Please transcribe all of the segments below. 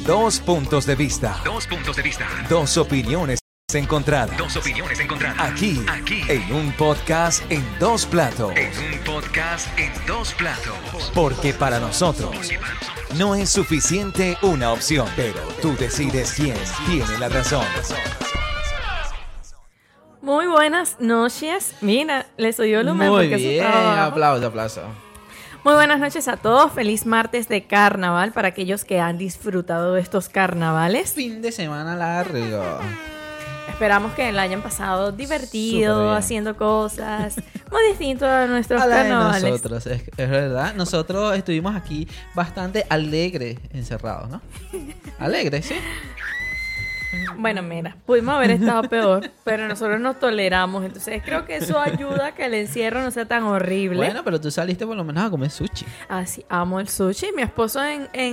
Dos puntos de vista. Dos puntos de vista. Dos opiniones encontradas. Dos opiniones encontradas. Aquí, en un podcast en dos platos. En un podcast en dos platos. Porque para nosotros no es suficiente una opción, pero tú decides quién tiene la razón. Muy buenas noches. Mira, les oí el Muy porque bien, aplauso. Muy buenas noches a todos. Feliz martes de carnaval para aquellos que han disfrutado de estos carnavales. Fin de semana largo. Esperamos que lo hayan pasado divertido, Súper bien. haciendo cosas muy distinto a nuestros A la de carnavales. nosotros, es verdad. Nosotros estuvimos aquí bastante alegres encerrados, ¿no? Alegres, ¿sí? Bueno, mira, pudimos haber estado peor, pero nosotros nos toleramos. Entonces creo que eso ayuda a que el encierro no sea tan horrible. Bueno, pero tú saliste por lo menos a comer sushi. Así, amo el sushi. Mi esposo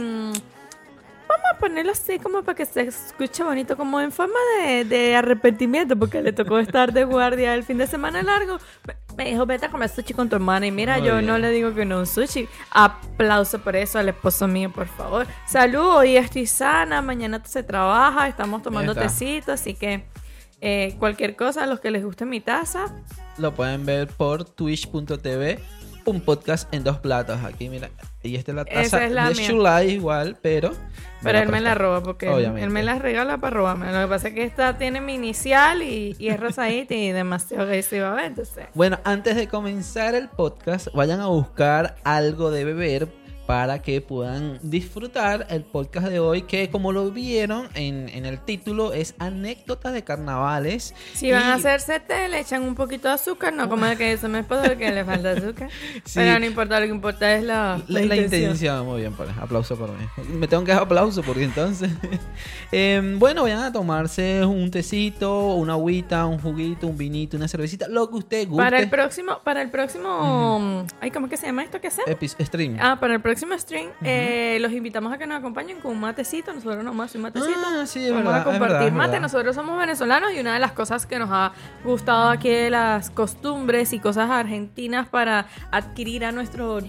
Vamos a ponerlo así como para que se escuche bonito, como en forma de arrepentimiento, porque le tocó estar de guardia el fin de semana largo. Me dijo, vete a comer sushi con tu hermana. Y mira, Muy yo bien. no le digo que no un sushi. Aplauso por eso al esposo mío, por favor. Salud, hoy estoy sana, mañana se trabaja, estamos tomando Ahí está. tecito, así que cualquier cosa, a los que les guste mi taza. Lo pueden ver por twitch.tv. Un podcast en dos platos. Aquí, mira. Y esta es la taza Esa es la de mía. Shulai igual, pero Pero él me la roba porque Obviamente. él me la regala para robarme. Lo que pasa es que esta tiene mi inicial y es rosadita y demasiado agresiva. Entonces, Bueno, antes de comenzar el podcast, vayan a buscar algo de beber para que puedan disfrutar el podcast de hoy, que como lo vieron en el título, es anécdotas de carnavales. si van Y- a hacerse té, le echan un poquito de azúcar, no como el que dice mi esposo que le falta azúcar. Sí. Pero no importa, lo que importa es la intención. Muy bien, pues, aplauso por mí. Me tengo que dar aplauso porque entonces... bueno, vayan a tomarse un tecito, una agüita, un juguito, un vinito, una cervecita, lo que usted guste. Para el próximo, ay, ¿cómo es que se llama esto que hacemos? Stream. Para el próximo stream, los invitamos a que nos acompañen con un matecito. Nosotros nos vamos a hacer un matecito. Sí, es Vamos verdad, a compartir es verdad, mate. es verdad. Nosotros somos venezolanos y una de las cosas que nos ha gustado aquí de las costumbres y cosas argentinas para adquirir a nuestro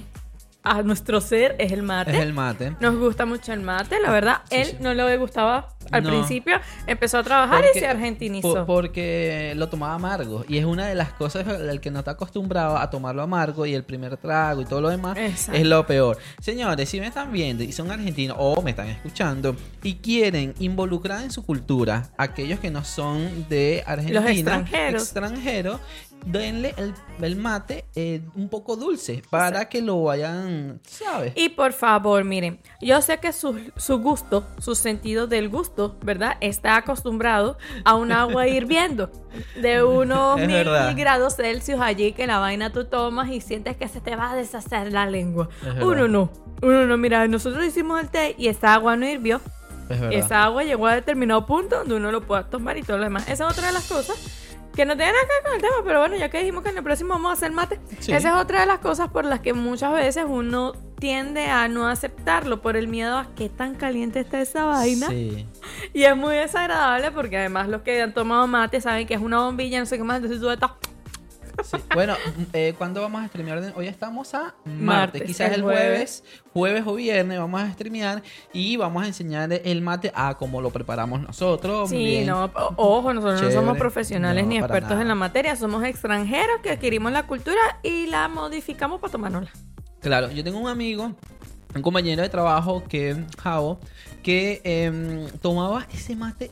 ser es el mate. Es el mate. Nos gusta mucho el mate, la verdad. Sí, Él sí. no le gustaba al No. principio, empezó a trabajar y se argentinizó. Porque lo tomaba amargo. Y es una de las cosas, el que no está acostumbrado a tomarlo amargo y el primer trago y todo lo demás Exacto. es lo peor. Señores, si me están viendo y son argentinos o me están escuchando y quieren involucrar en su cultura a aquellos que no son de Argentina, Los extranjeros. denle el mate un poco dulce para que lo vayan, ¿sabes? Y por favor, miren, yo sé que su gusto, su sentido del gusto, ¿verdad? Está acostumbrado a un agua hirviendo de unos Es 1000 verdad. grados Celsius allí, que la vaina tú tomas y sientes que se te va a deshacer la lengua. Es verdad. Uno no, mira, nosotros hicimos el té y esa agua no hirvió. Es verdad. Esa agua llegó a determinado punto donde uno lo pueda tomar y todo lo demás. Esa es otra de las cosas que no tiene nada que ver con el tema, pero bueno, ya que dijimos que en el próximo vamos a hacer mate, Sí. esa es otra de las cosas por las que muchas veces uno tiende a no aceptarlo por el miedo a qué tan caliente está esa vaina. Sí. Y es muy desagradable porque además los que han tomado mate saben que es una bombilla, no sé qué más, entonces tú estás... Sí. Bueno, ¿cuándo vamos a streamear? Hoy estamos a martes. Martes, Quizás el el jueves o viernes vamos a streamear y vamos a enseñar el mate a cómo lo preparamos nosotros. Sí, bien. no, ojo, nosotros no somos Chévere. profesionales No, ni para expertos nada. en la materia, somos extranjeros que adquirimos la cultura y la modificamos para tomárnosla. Claro, yo tengo un amigo, un compañero de trabajo que Javo, que tomaba ese mate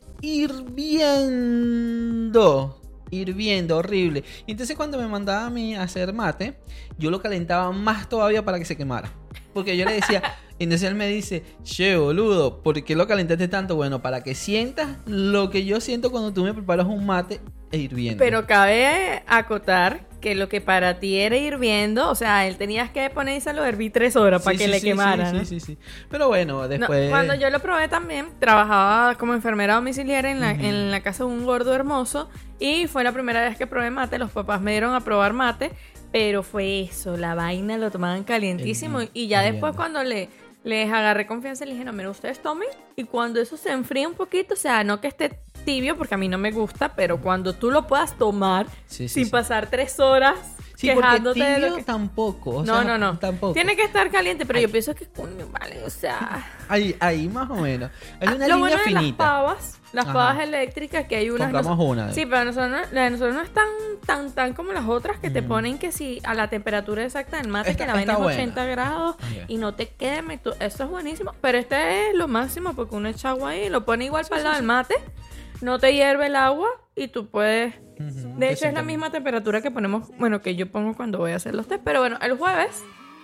hirviendo, horrible. Y entonces cuando me mandaba a mí a hacer mate, yo lo calentaba más todavía para que se quemara. Porque yo le decía, y entonces él me dice, che, boludo, ¿por qué lo calentaste tanto? Bueno, para que sientas lo que yo siento cuando tú me preparas un mate hirviendo. Pero cabe acotar que lo que para ti era hirviendo, o sea, él tenías que ponerse a lo hervir 3 horas para Sí, que sí, le sí, quemara, sí, ¿no? sí. Pero bueno, No, después... cuando yo lo probé también, trabajaba como enfermera domiciliaria en la casa de un gordo hermoso y fue la primera vez que probé mate. Los papás me dieron a probar mate, pero fue eso, la vaina lo tomaban calientísimo y ya después cuando les agarré confianza le dije, no, mira, ustedes tomen y cuando eso se enfríe un poquito, o sea, no que esté tibio porque a mí no me gusta, pero cuando tú lo puedas tomar Sí, sí, sin sí. pasar 3 horas Sí, porque quejándote de lo tibio que... tampoco. O No, sea, no. Tampoco. Tiene que estar caliente, pero yo pienso que coño, vale, o sea... Ahí más o menos. Hay una Lo línea bueno de finita. las Ajá. pavas eléctricas, que hay unas... Compramos una. Sí, pero la de nosotros no es tan como las otras que te ponen que si a la temperatura exacta del mate, Esta- que la vaina es está buena. 80 grados Ok. y no te queme. Eso es buenísimo. Pero este es lo máximo porque uno echa agua ahí, lo pone igual para el lado del mate, no te hierve el agua y tú puedes... Ujú, De que hecho, es la sientan- misma temperatura que ponemos, bueno, que yo pongo cuando voy a hacer los test. Pero bueno, el jueves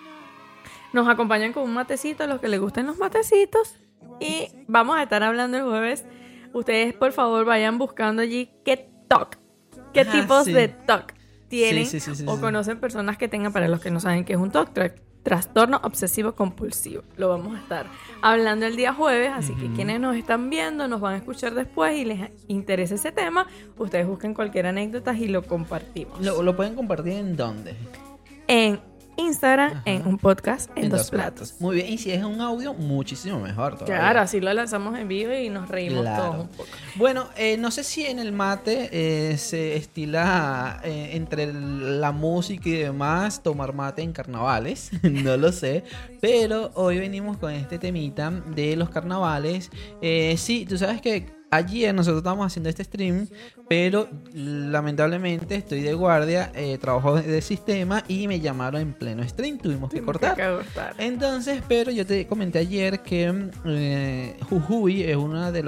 nos acompañan con un matecito, a los que les gusten los matecitos. Y vamos a estar hablando el jueves. Ustedes, por favor, vayan buscando allí qué TOC, qué Ah, tipos sí. de TOC tienen Sí, sí, o sí. conocen personas que tengan, para los que no saben qué es un TOC, trastorno obsesivo compulsivo. Lo vamos a estar hablando el día jueves, así que quienes nos están viendo, nos van a escuchar después y les interesa ese tema, ustedes busquen cualquier anécdota y lo compartimos. ¿Lo pueden compartir en dónde? En Instagram, Ajá. en un podcast, en dos platos. Muy bien. Y si es un audio, muchísimo mejor todavía. Claro, así lo lanzamos en vivo y nos reímos Claro. todos un poco. Bueno, no sé si en el mate se estila entre la música y demás tomar mate en carnavales, no lo sé, pero hoy venimos con este temita de los carnavales. Sí, tú sabes que ayer nosotros estábamos haciendo este stream, pero lamentablemente estoy de guardia, trabajo de sistema y me llamaron en pleno stream, tuvimos que cortar. Entonces, pero yo te comenté ayer que Jujuy es una de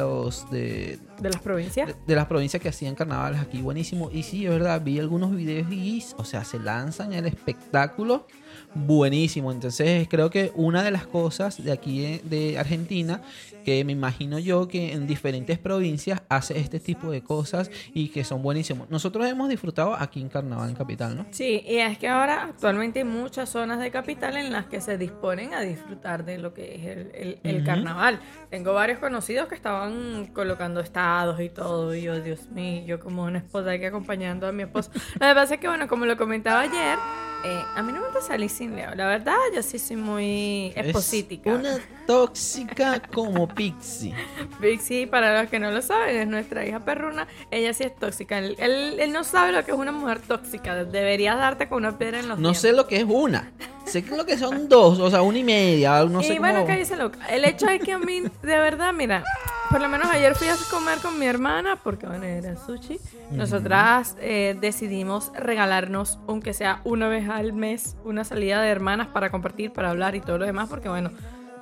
las provincias. de las provincias que hacían carnavales aquí, buenísimo. Y sí, es verdad, vi algunos videos y, o sea, se lanzan el espectáculo buenísimo. Entonces, creo que una de las cosas de aquí de Argentina, que me imagino yo que en diferentes provincias hace este tipo de cosas y que son buenísimos. Nosotros hemos disfrutado aquí en Carnaval, en Capital, ¿no? Sí, y es que ahora actualmente hay muchas zonas de capital en las que se disponen a disfrutar de lo que es el carnaval. Tengo varios conocidos que estaban colocando estados y todo, y yo, Dios mío, yo como una esposa aquí acompañando a mi esposo. Lo que pasa es que, bueno, como lo comentaba ayer, a mí no me gusta salir sin Leo. La verdad, yo sí soy muy esposítica. Es una tóxica como Pixie. Pixie, para los que no lo saben, es nuestra hija perruna. Ella sí es tóxica. Él no sabe lo que es una mujer tóxica. Deberías darte con una piedra en los No dientes. sé lo que es una. Sé que lo que son dos, o sea, 1.5. No sé Y cómo. bueno, cállese loca. El hecho es que a mí, de verdad, mira, por lo menos ayer fui a comer con mi hermana, porque bueno, era sushi. Nosotras decidimos regalarnos, aunque sea una vez al mes, una salida de hermanas para compartir, para hablar y todo lo demás, porque bueno,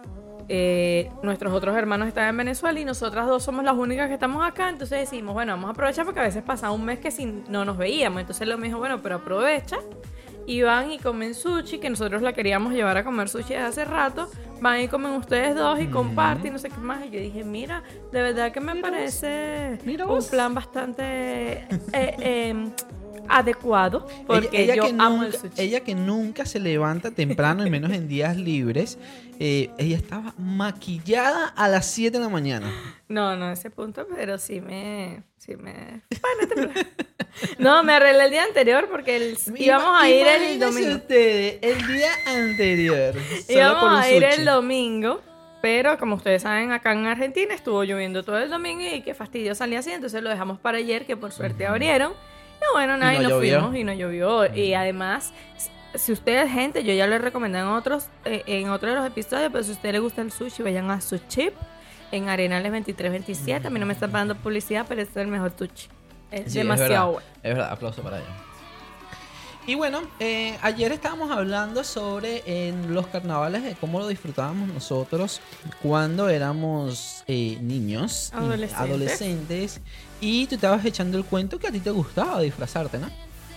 nuestros otros hermanos están en Venezuela y nosotras dos somos las únicas que estamos acá. Entonces decidimos, bueno, vamos a aprovechar porque a veces pasa un mes que no nos veíamos. Entonces lo mismo, bueno, pero aprovecha y van y comen sushi, que nosotros la queríamos llevar a comer sushi desde hace rato. Van y comen ustedes dos y comparten y no sé qué más. Y yo dije, mira, de verdad que me parece Mira un vos. plan bastante adecuado, porque yo amo el sushi. Ella que nunca se levanta temprano, y menos en días libres, ella estaba maquillada a las 7 de la mañana. No, ese punto, pero sí me... Bueno, no, me arreglé el día anterior porque íbamos a ir el Imagínense domingo. ustedes, el día anterior. solo por Íbamos un a ir sushi. el domingo, pero como ustedes saben, acá en Argentina estuvo lloviendo todo el domingo y qué fastidio salía así, entonces lo dejamos para ayer, que por suerte abrieron. Y bueno, nada, Y y no nos llovió. fuimos y no llovió. Y además, si ustedes, gente, yo ya lo he recomendado en otros de los episodios, pero si a ustedes les gusta el sushi, vayan a Suship en Arenales 2327. A mí no me están pagando publicidad, pero este es el mejor sushi. Es Sí, demasiado bueno. Es verdad, aplauso para ella. Y bueno, ayer estábamos hablando sobre los carnavales, de cómo lo disfrutábamos nosotros cuando éramos niños, adolescentes. Y tú estabas echando el cuento que a ti te gustaba disfrazarte, ¿no?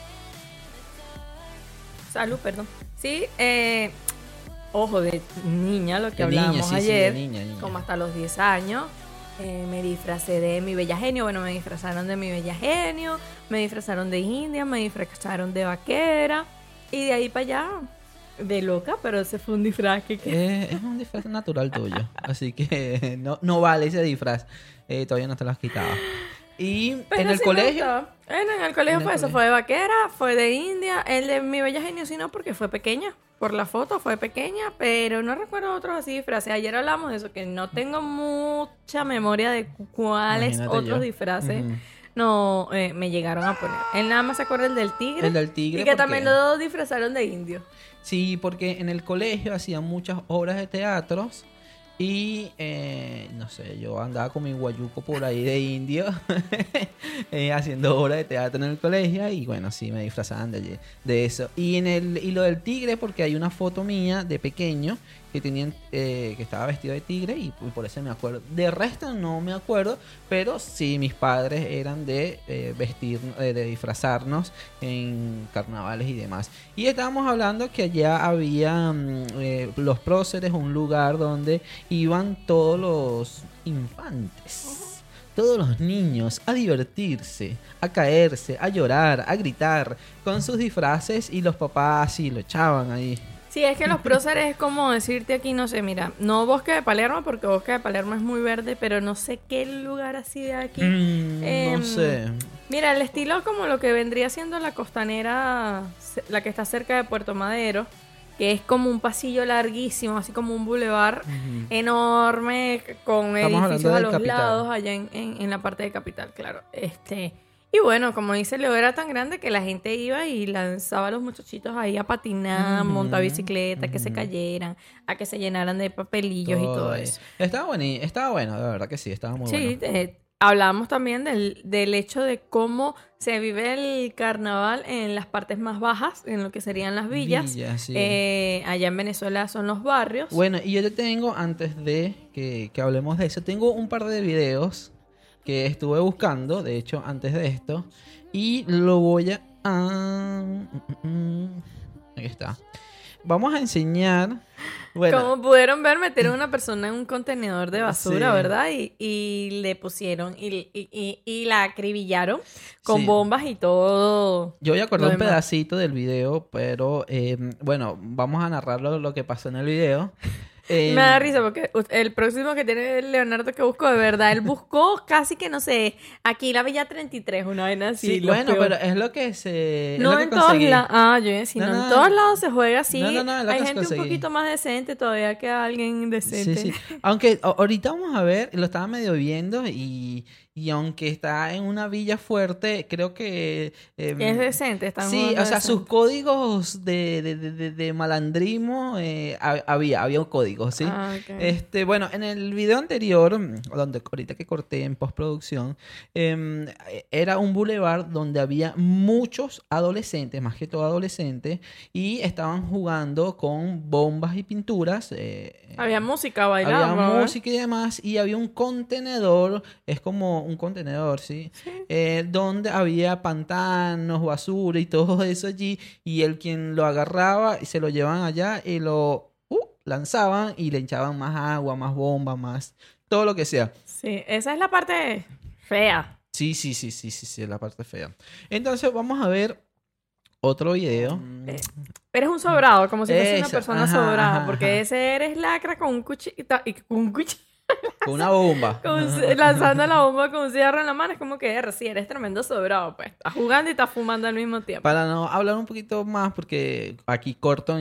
Salud, perdón. Sí, ojo, de niña, lo que De hablábamos niña, sí, sí, ayer, de niña. como hasta los 10 años, me disfracé de mi bella genio. Bueno, me disfrazaron de mi bella genio, me disfrazaron de india, me disfrazaron de vaquera, y de ahí para allá, de loca, pero ese fue un disfraz que... Es un disfraz natural tuyo, así que no vale ese disfraz, todavía no te lo has quitado. Y Pero en el sí me colegio... gustaba. En el colegio En el fue eso, colegio. fue de vaquera, fue de india. El de mi bella genio sí no, porque fue pequeña. Por la foto fue pequeña, pero no recuerdo otros así disfraces. Ayer hablamos de eso, que no tengo mucha memoria de cuáles Imagínate otros yo. disfraces Ujú. no me llegaron a poner. Él nada más se acuerda el del tigre. El del tigre, Y que ¿por también qué? lo disfrazaron de indio. Sí, porque en el colegio hacían muchas obras de teatros y no sé, yo andaba con mi guayuco por ahí de indio haciendo obras de teatro en el colegio y bueno, sí, me disfrazaban de eso. Y lo del tigre, porque hay una foto mía de pequeño que tenían que estaba vestido de tigre y por eso me acuerdo. De resto no me acuerdo, pero sí, mis padres eran de vestir, de disfrazarnos en carnavales y demás. Y estábamos hablando que allá había los próceres, un lugar donde iban todos los infantes, todos los niños a divertirse, a caerse, a llorar, a gritar con sus disfraces y los papás sí lo echaban ahí. Sí, es que los próceres es como decirte aquí, no sé, mira, no Bosque de Palermo, porque Bosque de Palermo es muy verde, pero no sé qué lugar así de aquí. No sé. Mira, el estilo como lo que vendría siendo la costanera, la que está cerca de Puerto Madero, que es como un pasillo larguísimo, así como un bulevar enorme, con Estamos hablando edificios a del los Capital. lados, allá en la parte de Capital, claro. Y bueno, como dice Leo, era tan grande que la gente iba y lanzaba a los muchachitos ahí a patinar, montar bicicleta, que se cayeran, a que se llenaran de papelillos y todo ahí. eso. Estaba bueno, de verdad que sí, estaba muy Sí, bueno. hablamos también del hecho de cómo se vive el carnaval en las partes más bajas, en lo que serían las villas. Sí. Allá en Venezuela son los barrios. Bueno, y yo te tengo, antes de que hablemos de eso, tengo un par de videos que estuve buscando, de hecho, antes de esto, y lo voy a... Aquí está. Vamos a enseñar... Bueno, Como pudieron ver, metieron a una persona en un contenedor de basura, Sí. ¿verdad? Y le pusieron y la acribillaron con Sí. bombas y todo. yo voy a acordar lo un demás. pedacito del video, pero bueno, vamos a narrar lo que pasó en el video. Me da risa porque el próximo que tiene Leonardo que buscó, de verdad, él buscó casi que, no sé, aquí la Villa 33, una vez así. Sí, bueno, pero es lo que se... es No lo que en todos conseguí. lados. Ah, yo decía, No, no, no. en todos lados se juega así. No, es lo Hay que gente un conseguí. poquito más decente, todavía queda alguien decente. Sí. Aunque ahorita vamos a ver, lo estaba medio viendo y aunque está en una villa fuerte, creo que... Es decente, están sí, jugando o sea, sus decente. códigos de malandrismo, había un código, ¿sí? Ah, ok. Bueno, en el video anterior, donde ahorita que corté en postproducción, era un bulevar donde había muchos adolescentes, más que todo adolescentes, y estaban jugando con bombas y pinturas. Había música, bailando. Había música y demás, y había un contenedor, es como un contenedor, ¿sí? Donde había pantanos, basura y todo eso allí, y el quien lo agarraba y se lo llevaban allá y lo lanzaban y le echaban más agua, más bomba, más todo lo que sea. Sí, esa es la parte fea. Sí, la parte fea. Entonces vamos a ver otro video. Eres un sobrado, como si fuese una Eso, persona ajá, sobrada, ajá, porque ajá. ese eres lacra con un cuchillo y con un cuchillo. Con una bomba. Lanzando la bomba con un cigarro en la mano, es como que sí, eres tremendo sobrado, pues. Estás jugando y estás fumando al mismo tiempo. Para no hablar un poquito más, porque aquí corto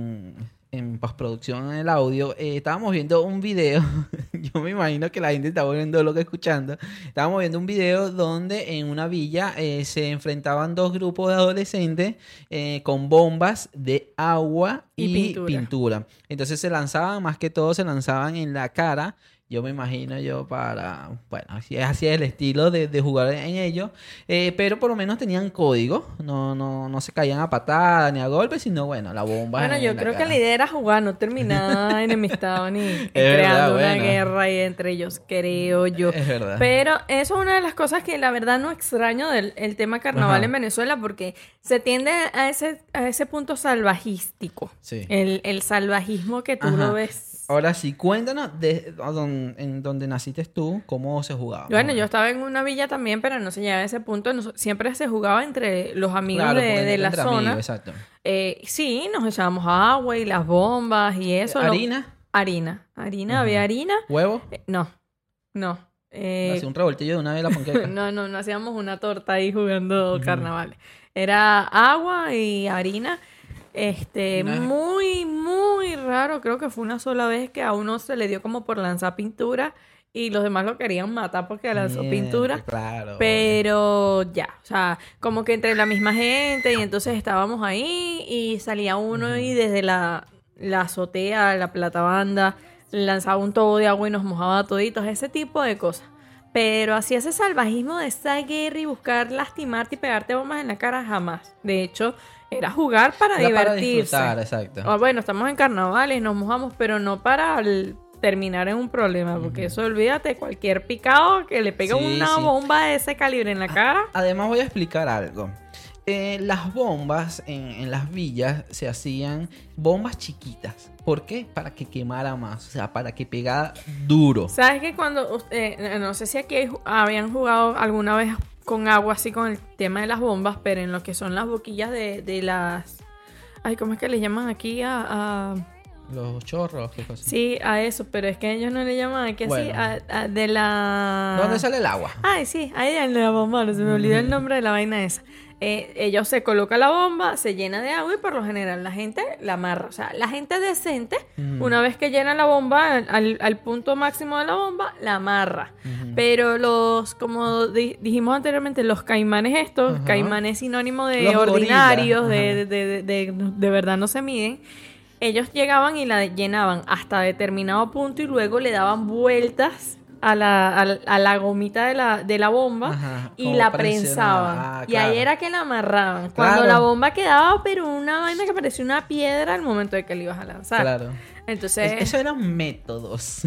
en postproducción en el audio, estábamos viendo un video, yo me imagino que la gente está volviendo loca escuchando, estábamos viendo un video donde en una villa se enfrentaban dos grupos de adolescentes con bombas de agua Y y pintura. Entonces se lanzaban, más que todo se lanzaban en la cara. Yo me imagino bueno, así es el estilo de jugar en ellos, pero por lo menos tenían código, no se caían a patadas ni a golpes, sino bueno, la bomba. Bueno, en yo la creo que cara. la idea era jugar, no terminar enemistado ni verdad, creando una bueno. guerra ahí entre ellos, creo yo. Es verdad. Pero eso es una de las cosas que la verdad no extraño del el tema carnaval Ajá. en Venezuela, porque se tiende a ese punto salvajístico. Sí. El salvajismo que tú Ajá. lo ves. Ahora sí, cuéntanos en donde naciste tú, cómo se jugaba. Bueno, yo estaba en una villa también, pero no se llegaba a ese punto. Siempre se jugaba entre los amigos Claro, de porque la entre zona. amigos, exacto. Sí, nos echábamos agua y las bombas y eso. ¿Harina? Harina. Ajá. Había harina. ¿Huevo? No. Hacía un revoltillo de una vez la panqueca. No hacíamos una torta ahí jugando carnaval. Era agua y harina. Una- Muy, muy raro. Creo que fue una sola vez que a uno se le dio como por lanzar pintura y los demás lo querían matar porque lanzó Mierda, pintura. Claro. Pero ya, o sea, como que entre la misma gente y entonces estábamos ahí y salía uno y desde la azotea, la platabanda, lanzaba un tubo de agua y nos mojaba toditos, ese tipo de cosas. Pero así ese salvajismo de esa guerra y buscar lastimarte y pegarte bombas en la cara, jamás. De hecho, era jugar para Era para divertirse. disfrutar, exacto. Ah, bueno, estamos en carnavales, nos mojamos, pero no para terminar en un problema, porque eso, olvídate, cualquier picado que le pegue Sí, una sí. bomba de ese calibre en la cara. Además voy a explicar algo. Las bombas en las villas se hacían bombas chiquitas. ¿Por qué? Para que quemara más, o sea, para que pegara duro. ¿Sabes que cuando, no sé si aquí habían jugado alguna vez con agua así con el tema de las bombas, pero en lo que son las boquillas de las... Ay, ¿cómo es que le llaman aquí a... Los chorros, qué cosa. Sí, a eso, pero es que ellos no le llaman aquí así, Bueno. de la... ¿Dónde sale el agua? Ay, sí, ahí en la bomba, no se me olvidó el nombre de la vaina esa. Ellos se coloca la bomba, se llena de agua y por lo general la gente la amarra. O sea, la gente decente, una vez que llena la bomba al punto máximo de la bomba, la amarra. Pero como dijimos anteriormente, los caimanes estos, Ajá. caimanes sinónimo de Los ordinarios, gorilas. de verdad no se miden. Ellos llegaban y la llenaban hasta determinado punto y luego le daban vueltas a la gomita de la bomba. Ajá, y como la presionar. prensaban. Ah, Y ahí claro. era que la amarraban. Cuando Claro. la bomba quedaba, pero una vaina que parecía una piedra al momento de que la ibas a lanzar. Claro. Entonces, Eso eran métodos.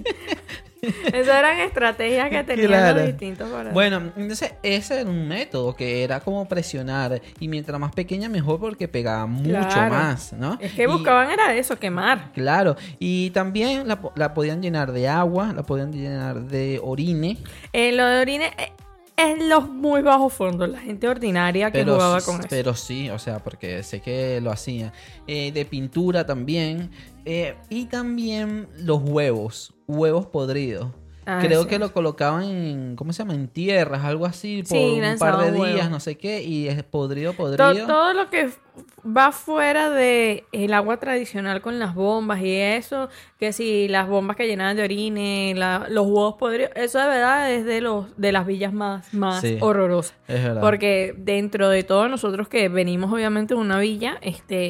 esas eran estrategias que tenían Claro. los distintos para... Bueno, entonces ese era un método que era como presionar. Y mientras más pequeña, mejor porque pegaba mucho Claro. más, ¿no? Es que Y- buscaban era eso, quemar. Claro, y también la podían llenar de agua, la podían llenar de orine. Lo de orine es los muy bajos fondos, la gente ordinaria que jugaba con eso. Pero sí, o sea, porque sé que lo hacían. De pintura también. Y también los huevos podridos. Ah, Creo sí. que lo colocaban en, ¿cómo se llama? En tierras, algo así, por Sí, un par de lanzaban días, huevos. no sé qué, y es podrido. Todo lo que va fuera de el agua tradicional con las bombas y eso, que si las bombas que llenaban de orine, los huevos podridos, eso de verdad es de las villas más Sí. horrorosas. Es verdad. Porque dentro de todos nosotros que venimos obviamente de una villa,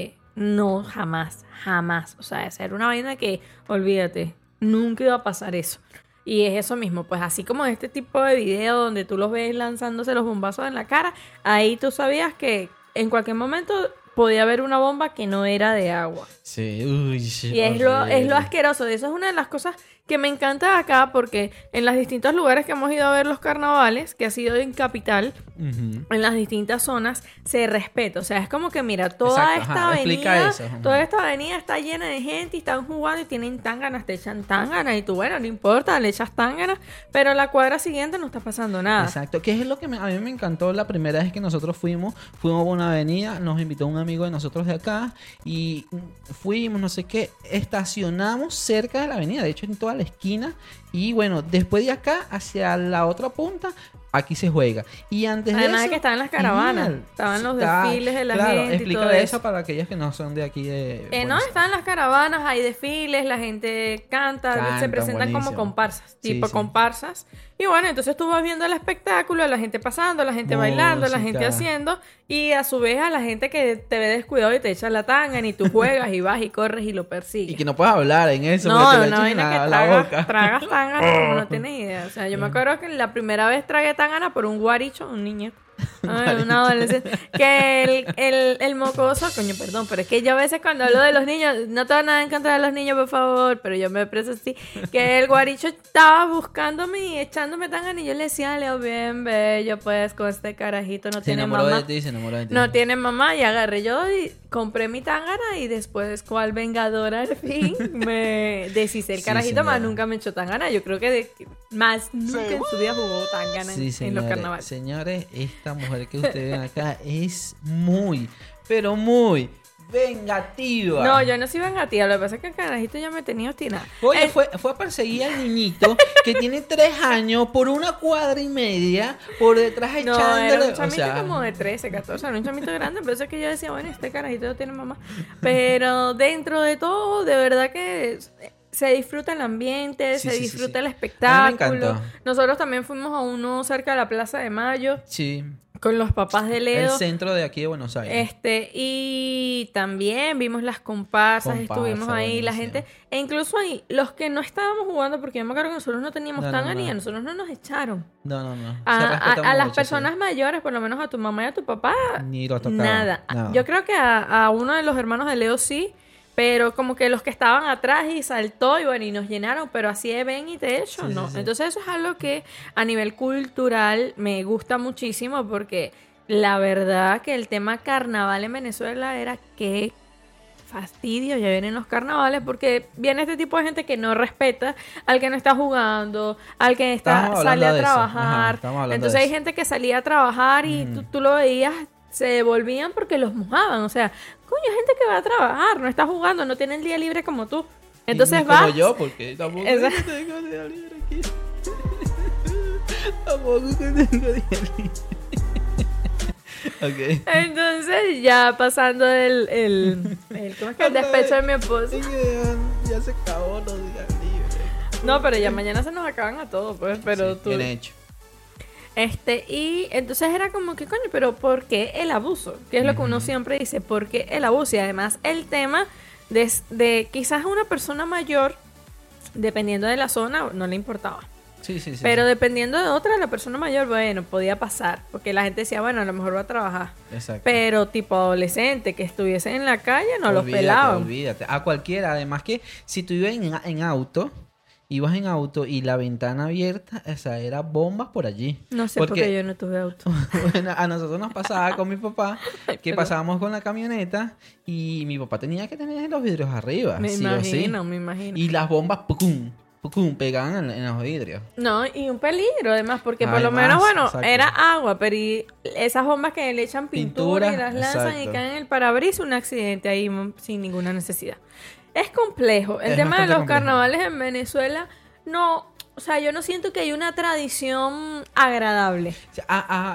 no, jamás. O sea, esa era una vaina que, olvídate, nunca iba a pasar eso. Y es eso mismo, pues así como este tipo de video donde tú los ves lanzándose los bombazos en la cara, ahí tú sabías que en cualquier momento podía haber una bomba que no era de agua. Sí, uy, Y es lo asqueroso. De eso es una de las cosas que me encanta de acá, porque en los distintos lugares que hemos ido a ver los carnavales, que ha sido en Capital, Ujú. en las distintas zonas, se respeta. O sea, es como que, mira, toda Exacto, esta ajá, explica avenida, eso, ajá. toda esta avenida está llena de gente y están jugando y tienen tanganas, te echan tanganas y tú, bueno, no importa, le echas tanganas, pero la cuadra siguiente no está pasando nada. Exacto, que es lo que a mí me encantó la primera vez que nosotros fuimos a una avenida, nos invitó un amigo de nosotros de acá y fuimos, no sé qué, estacionamos cerca de la avenida, de hecho en toda la esquina, y bueno, después de acá hacia la otra punta, aquí se juega. Y antes Además de de eso, que estaban las caravanas, genial. estaban los Está- desfiles de la claro, gente y explícale todo eso eso. para aquellos que no son de aquí de No, Buenos Aires. están las caravanas, hay desfiles, la gente canta, se Cantan, presentan como buenísimo. comparsas, Sí, tipo sí. comparsas. Y bueno, entonces tú vas viendo el espectáculo, la gente pasando, la gente bailando, la gente Música. haciendo, y a su vez a la gente que te ve descuidado y te echa la tanga, y tú juegas y vas y corres y lo persigues. Y que no puedes hablar en eso, No, porque te lo una echan en vaina que la boca. tragas tangana como no tienes idea. O sea, yo me acuerdo que la primera vez tragué tangana por un guaricho, un niño. Ay, un adolescente. Que el mocoso, coño, perdón, pero es que yo a veces cuando hablo de los niños, no te van a encontrar a los niños, por favor, pero yo me expreso así, que el guaricho estaba buscándome y echándome tangana y yo le decía, Leo, bien bello, pues, con este carajito no Se tiene enamoró mamá. de ti, se enamoró de ti. No tiene mamá y agarré yo y compré mi tangana y después, cual vengadora al fin, me deshice el Sí, carajito, más señora. nunca me echó tangana. Yo creo que más nunca en su vida jugó tangana Sí, en los señores, carnavales. señores, esta mujer que ustedes ven acá es muy, pero muy vengativa. No, yo no soy vengativa, lo que pasa es que el carajito ya me tenía obstinada. Oye, fue a perseguir al niñito que tiene 3 años por 1,5 cuadras por detrás No, echándole. era un o chamito sea, como de 13, 14, era un chamito grande, pero eso es que yo decía, bueno, este carajito no tiene mamá. Pero dentro de todo, de verdad que se disfruta el ambiente, Sí, se sí, sí, disfruta sí. el A mí me espectáculo. encantó. Nosotros también fuimos a uno cerca de la Plaza de Mayo Sí. con los papás de El Leo. centro de aquí de Buenos Aires. Y también vimos las comparsas, Comparsa, estuvimos ahí, la buenísimo. gente, e incluso ahí, los que no estábamos jugando, porque yo me acuerdo que nosotros no teníamos No, tanga no, ni a no. nosotros no nos echaron. No. Se A respeta las mucho, personas sí. mayores, por lo menos a tu mamá y a tu papá, Ni lo tocaban. nada. No. Yo creo que a uno de los hermanos de Leo sí, pero como que los que estaban atrás y saltó y bueno, y nos llenaron, pero así de ven y te echo, Sí, no. sí, sí. Entonces eso es algo que a nivel cultural me gusta muchísimo porque la verdad que el tema carnaval en Venezuela era que fastidio, ya vienen los carnavales porque viene este tipo de gente que no respeta al que no está jugando, al que Estábamos sale hablando a de eso. Ajá, trabajar. estábamos hablando Entonces de hay eso. gente que salía a trabajar y tú lo veías, se devolvían porque los mojaban. O sea, coño, gente que va a trabajar, no está jugando, no tiene el día libre como tú. Entonces Y vas. como yo, porque tampoco Exacto. tengo día libre aquí. Tampoco tengo día libre. Ok. Entonces ya pasando ¿cómo es que el despecho de mi esposo? Es que ya se acabó los días libres. No, pero ya mañana se nos acaban a todos, pues, pero Sí, tú. bien hecho. Y entonces era como que, coño, pero ¿por qué el abuso? Que es lo que uno siempre dice, ¿por qué el abuso? Y además el tema de quizás una persona mayor, dependiendo de la zona, no le importaba. Sí. Pero dependiendo de otra, la persona mayor, bueno, podía pasar. Porque la gente decía, bueno, a lo mejor va a trabajar. Exacto. Pero tipo adolescente que estuviese en la calle, no los Olvídate, pelaban. Olvídate. A cualquiera. Además que si tú ibas en auto, ibas en auto y la ventana abierta, o sea, era bombas por allí. No sé por qué yo no tuve auto. Bueno, a nosotros nos pasaba con mi papá que perdón. pasábamos con la camioneta y mi papá tenía que tener los vidrios arriba. Me sí o sí. imagino, me imagino. Y las bombas, pucum, pucum, pegaban en los vidrios. No, y un peligro además, porque por lo Además, menos, bueno, exacto. era agua, pero y esas bombas que le echan pintura, Pintura, y las lanzan y exacto. caen en el parabrisas, un accidente ahí sin ninguna necesidad. Es complejo. El Es tema de bastante los complejo. carnavales en Venezuela, no, o sea, yo no siento que hay una tradición agradable. O sea,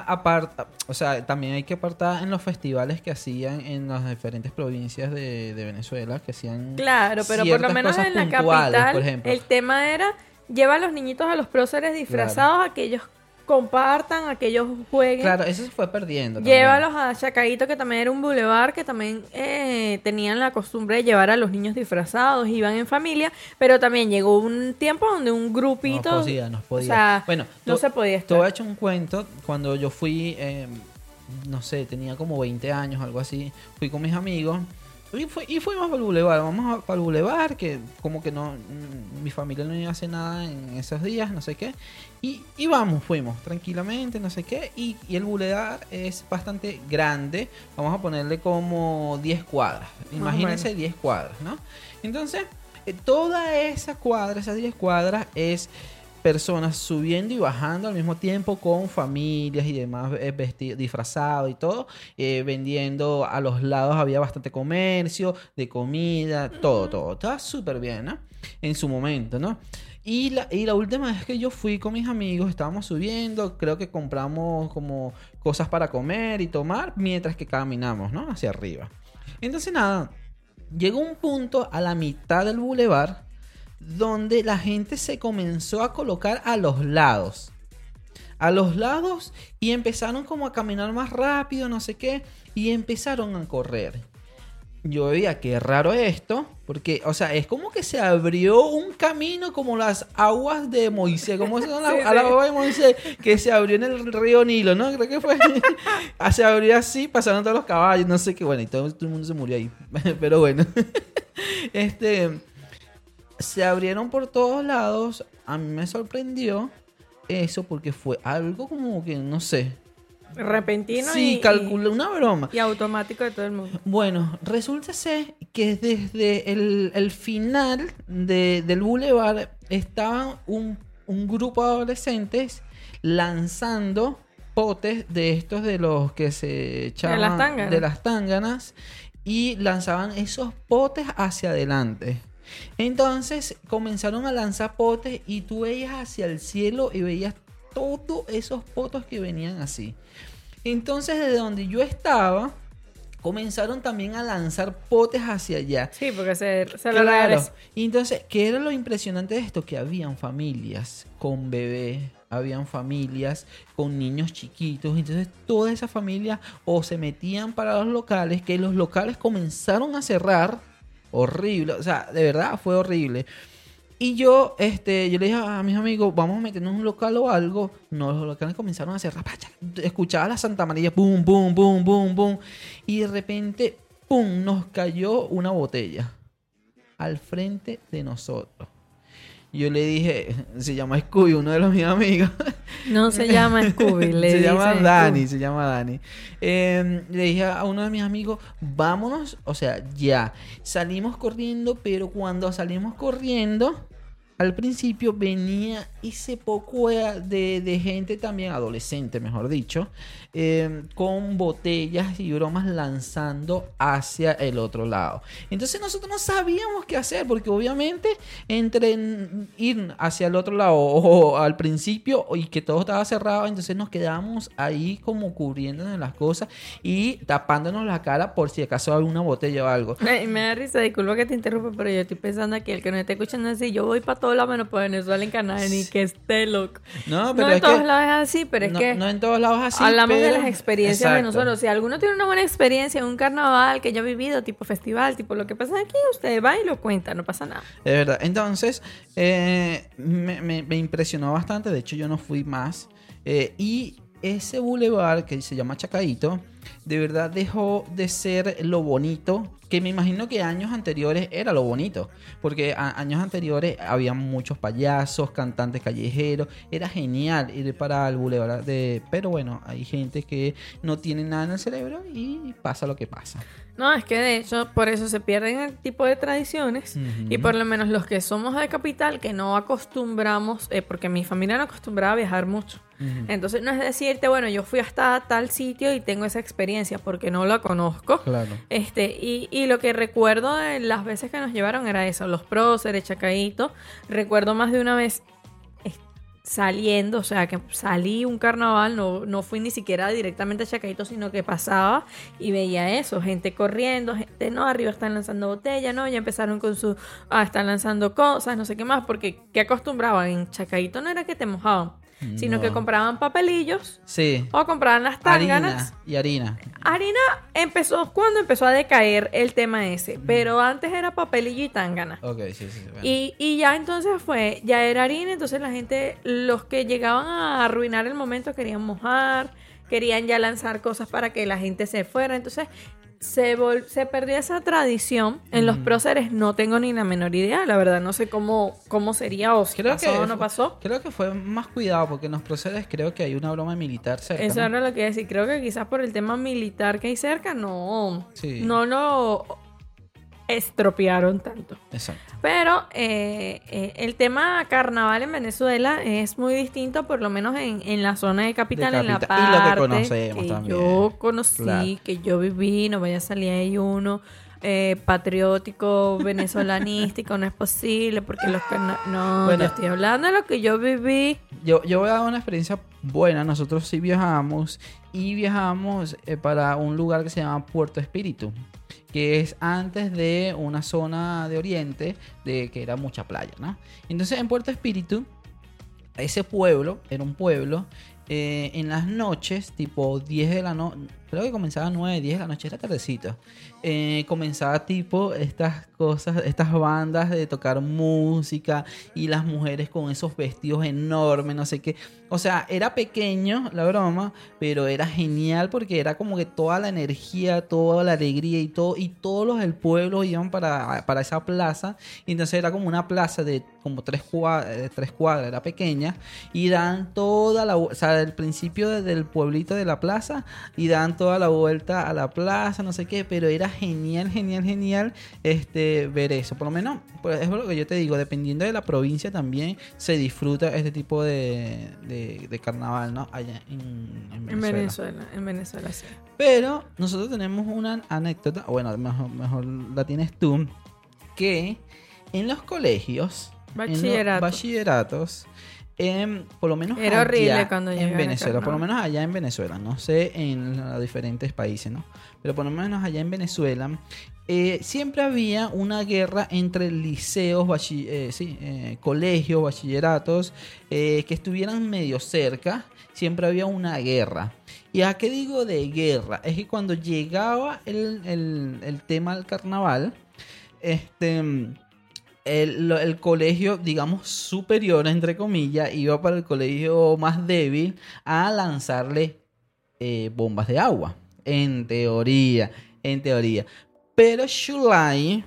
o sea, también hay que apartar en los festivales que hacían en las diferentes provincias de Venezuela, que hacían Claro, pero por lo ciertas menos cosas en la puntuales, capital, por ejemplo. el tema era, lleva a los niñitos a los próceres disfrazados, a que ellos compartan, a que ellos jueguen. Claro, eso se fue perdiendo también. Llévalos a Chacaíto, que también era un bulevar, que también tenían la costumbre de llevar a los niños disfrazados, iban en familia, pero también llegó un tiempo donde un grupito, No podía. o sea, Bueno, no se podía Te voy a estar. echar un cuento. Cuando yo fui, no sé, tenía como 20 años, algo así, fui con mis amigos y fuimos para el bulevar. Vamos para el bulevar, que como que no, mi familia no iba a hacer nada en esos días, no sé qué. Y fuimos tranquilamente, no sé qué. Y el bulevar es bastante grande. Vamos a ponerle como 10 cuadras. o Imagínense menos. 10 cuadras, ¿no? Entonces, toda esa cuadra, esas 10 cuadras es personas subiendo y bajando al mismo tiempo con familias y demás disfrazados y todo, vendiendo a los lados. Había bastante comercio de comida, todo estaba súper bien, ¿no? En su momento, ¿no? Y la última vez que yo fui con mis amigos, estábamos subiendo, creo que compramos como cosas para comer y tomar mientras que caminamos, ¿no? Hacia arriba. Entonces nada, llegó un punto a la mitad del bulevar donde la gente se comenzó a colocar a los lados. Y empezaron como a caminar más rápido, no sé qué. Y empezaron a correr. Yo veía que raro esto. Porque, o sea, es como que se abrió un camino como las aguas de Moisés. Como son las aguas de Moisés que se abrió en el río Nilo, ¿no? Creo que fue. Se abrió así, pasaron todos los caballos, no sé qué. Bueno, y todo el mundo se murió ahí. Pero bueno. Se abrieron por todos lados. A mí me sorprendió eso porque fue algo como que, no sé. Repentino Sí, calculé una broma. y automático de todo el mundo. Bueno, resulta ser que desde el final del bulevar estaban un grupo de adolescentes lanzando potes de estos de los que se echaban De las tánganas y lanzaban esos potes hacia adelante. Entonces comenzaron a lanzar potes y tú veías hacia el cielo y veías todos esos potes que venían así. Entonces desde donde yo estaba comenzaron también a lanzar potes hacia allá. Sí, porque se lo Claro. regresó. Y entonces, ¿qué era lo impresionante de esto? Que habían familias con bebés, habían familias con niños chiquitos. Entonces, todas esas familias o se metían para los locales, que los locales comenzaron a cerrar. Horrible, o sea, de verdad fue horrible. Y yo le dije a mis amigos, vamos a meternos en un local o algo. No, los locales comenzaron a cerrar. Escuchaba la Santa María, boom, boom, boom, boom, boom. Y de repente, pum, nos cayó una botella al frente de nosotros. Yo le dije, se llama Scooby, uno de los mis amigos. No se llama Scooby, se llama dicen Dani, Scooby. se llama Dani. Le dije a uno de mis amigos, vámonos, o sea, ya. Salimos corriendo, pero cuando salimos corriendo, al principio venía ese poco de gente también, adolescente mejor dicho, con botellas y bromas lanzando hacia el otro lado. Entonces nosotros no sabíamos qué hacer, porque obviamente entre ir hacia el otro lado o al principio y que todo estaba cerrado, entonces nos quedábamos ahí como cubriéndonos las cosas y tapándonos la cara por si acaso había una botella o algo. Me da risa, disculpa que te interrumpa, pero yo estoy pensando aquí, el que nos esté escuchando así, yo voy para todos lados menos para Venezuela, en Canadá, ni que esté loco. No, pero No en es todos que lados es así, pero es no, que no en todos lados así. hablamos de pero- las experiencias de Exacto. nosotros. Si alguno tiene una buena experiencia en un carnaval que yo he vivido, tipo festival, tipo lo que pasa aquí, usted va y lo cuenta, no pasa nada. Es verdad. Entonces, me impresionó bastante. De hecho, yo no fui más. Y ese bulevar que se llama Chacaíto, de verdad dejó de ser lo bonito, que me imagino que años anteriores era lo bonito. Porque años anteriores había muchos payasos, cantantes callejeros. Era genial ir para el bulevar Pero bueno, hay gente que no tiene nada en el cerebro y pasa lo que pasa. No, es que de hecho por eso se pierden el tipo de tradiciones y por lo menos los que somos de capital que no acostumbramos, porque mi familia no acostumbraba a viajar mucho. Entonces no es decirte, bueno, yo fui hasta tal sitio y tengo esa experiencia porque no la conozco. Claro. Y lo que recuerdo de las veces que nos llevaron era eso, los próceres, Chacaíto. Recuerdo más de una vez saliendo, o sea, que salí un carnaval, no fui ni siquiera directamente a Chacaíto, sino que pasaba y veía eso, gente corriendo, gente, no, arriba están lanzando botellas, no, ya empezaron con están lanzando cosas, no sé qué más, porque ¿qué acostumbraban? En Chacaíto no era que te mojaban, sino No. que compraban papelillos Sí. o compraban las tánganas. Harina. Harina empezó cuando empezó a decaer el tema ese, pero antes era papelillo y tángana. Ok, sí. Bueno. Y ya entonces ya era harina, entonces la gente, los que llegaban a arruinar el momento querían mojar, querían ya lanzar cosas para que la gente se fuera, entonces se perdió esa tradición. En los próceres no tengo ni la menor idea, la verdad, no sé cómo sería o si pasó o no pasó. Creo que fue más cuidado porque en los procesos creo que hay una broma militar cerca. Eso ¿no? era lo que iba a decir. Creo que quizás por el tema militar que hay cerca Sí. no lo estropearon tanto. Exacto. Pero el tema carnaval en Venezuela es muy distinto, por lo menos en la zona de capital, De en la capital. Y lo que parte conocemos que también. yo conocí, Claro. que yo viví, no vaya a salir ahí uno patriótico, venezolanístico, no es posible, porque no, Bueno. yo estoy hablando de lo que yo viví. Yo voy a dar una experiencia buena. Nosotros sí viajamos para un lugar que se llama Puerto Espíritu, que es antes de una zona de Oriente que era mucha playa, ¿no? Entonces en Puerto Espíritu, ese pueblo era un pueblo en las noches, tipo 10 de la noche, creo que comenzaba a 9, 10 de la noche, era tardecito. Comenzaba tipo estas cosas, estas bandas de tocar música y las mujeres con esos vestidos enormes, no sé qué. O sea, era pequeño la broma, pero era genial porque era como que toda la energía, toda la alegría y todos los del pueblo iban para esa plaza. Y entonces era como una plaza de como 3 cuadras, era pequeña, y dan toda la, o sea, del principio del pueblito de la plaza y dan toda la vuelta a la plaza, no sé qué, pero era genial ver eso. Por lo menos, pues, es lo que yo te digo, dependiendo de la provincia también se disfruta este tipo de carnaval, ¿no? Allá en Venezuela. En Venezuela sí. Pero nosotros tenemos una anécdota, bueno, mejor la tienes tú, que en los colegios, en los Bachillerato. bachilleratos, Por lo menos Era horrible allá cuando en llegaba Venezuela, acá, por lo ¿no? menos allá en Venezuela, no sé en los diferentes países, ¿no? Pero por lo menos allá en Venezuela siempre había una guerra entre liceos, colegios, bachilleratos que estuvieran medio cerca. Siempre había una guerra. ¿Y a qué digo de guerra? Es que cuando llegaba el tema del carnaval, el colegio, digamos, superior, entre comillas, iba para el colegio más débil a lanzarle bombas de agua. En teoría. Pero Shulai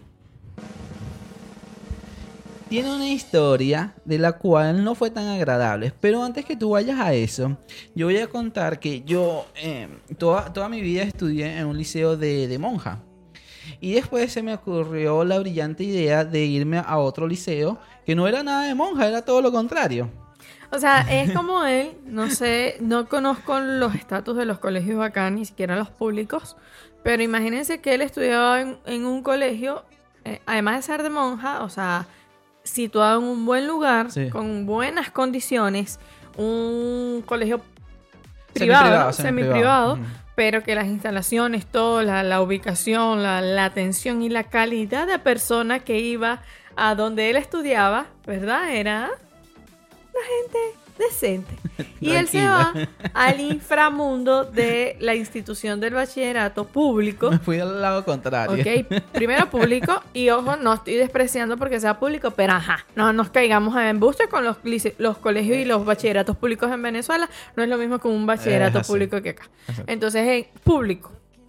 tiene una historia de la cual no fue tan agradable. Pero antes que tú vayas a eso, yo voy a contar que yo toda mi vida estudié en un liceo de monja. Y después se me ocurrió la brillante idea de irme a otro liceo que no era nada de monja, era todo lo contrario. O sea, es como él, no sé, no conozco los estatus de los colegios acá, ni siquiera los públicos, pero imagínense que él estudiaba en un colegio, además de ser de monja, o sea, situado en un buen lugar, Sí. con buenas condiciones, un colegio privado, semiprivado, Ujú. pero que las instalaciones, todo, la ubicación, la atención y la calidad de persona que iba a donde él estudiaba, ¿verdad? Era gente decente. Y él se va al inframundo de la institución del bachillerato público. Me fui al lado contrario. Ok, primero público, y ojo, no estoy despreciando porque sea público, pero ajá, no nos caigamos a embuste con los colegios y los bachilleratos públicos en Venezuela. No es lo mismo que un bachillerato así. público que acá. Así. Entonces, en público,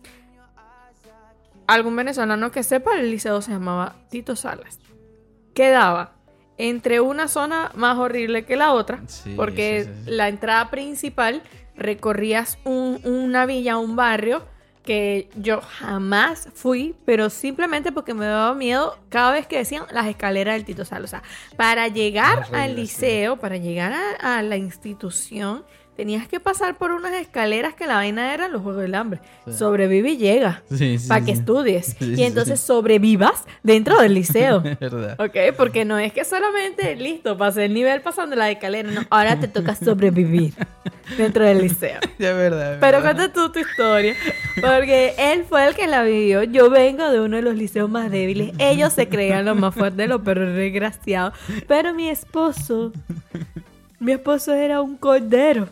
algún venezolano que sepa, el liceo se llamaba Tito Salas. Quedaba entre una zona más horrible que la otra, Sí, porque sí. la entrada principal recorrías una villa, un barrio que yo jamás fui, pero simplemente porque me daba miedo cada vez que decían las escaleras del Tito Salas. O sea, para llegar Horrible, al liceo, para llegar a la institución, tenías que pasar por unas escaleras que la vaina eran los Juegos del Hambre. Sí. Sobrevive y llega. Sí, sí, Para que sí. estudies. Sí, Y sí, entonces sí. sobrevivas dentro del liceo. Es verdad. Ok, porque no es que solamente, listo, pasé el nivel pasando la escalera. No, ahora te toca sobrevivir dentro del liceo. Es verdad. es Pero verdad. cuenta tú tu historia, porque él fue el que la vivió. Yo vengo de uno de los liceos más débiles. Ellos se creían los más fuertes, los perros desgraciados. Pero mi esposo era un cordero.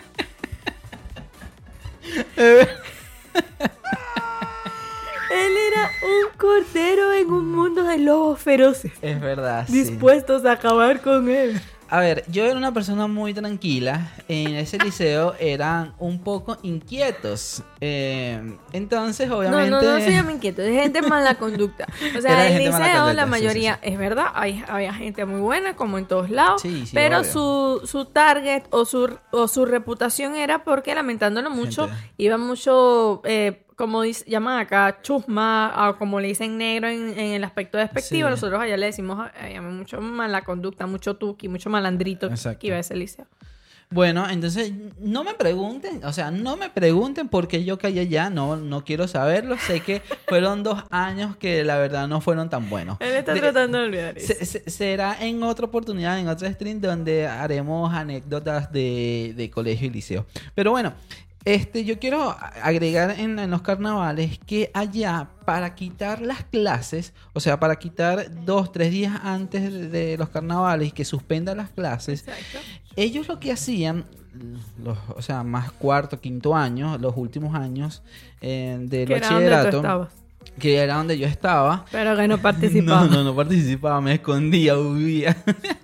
Él era un cordero en un mundo de lobos feroces, Es verdad, sí. dispuestos a acabar con él. A ver, yo era una persona muy tranquila. En ese liceo eran un poco inquietos. Entonces, obviamente... No se llama inquieto, es gente mala conducta. O Era sea, de el gente mala liceo, conducta, la sí, mayoría, es verdad, había gente muy buena, como en todos lados, Sí, sí, pero obvio. su target o su reputación era porque, lamentándolo mucho, Gente. iba mucho, como llaman acá, chusma, o como le dicen negro en el aspecto despectivo. Sí. Nosotros allá le decimos mucho mala conducta, mucho tuki, mucho malandrito Exacto. que iba a ese liceo. Bueno, entonces no me pregunten por qué yo caí allá, no quiero saberlo. Sé que fueron 2 años que la verdad no fueron tan buenos. Él está De- tratando de olvidar eso. Será en otra oportunidad, en otro stream, donde haremos anécdotas de colegio y liceo. Pero bueno, yo quiero agregar en los carnavales que allá, para quitar las clases, o sea, para quitar 2-3 días antes de los carnavales y que suspendan las clases, Exacto. ellos lo que hacían, o sea, más cuarto, quinto año, los últimos años del Que era donde tú bachillerato, estabas, que era donde yo estaba. pero que no participaba. No participaba, me escondía, huía.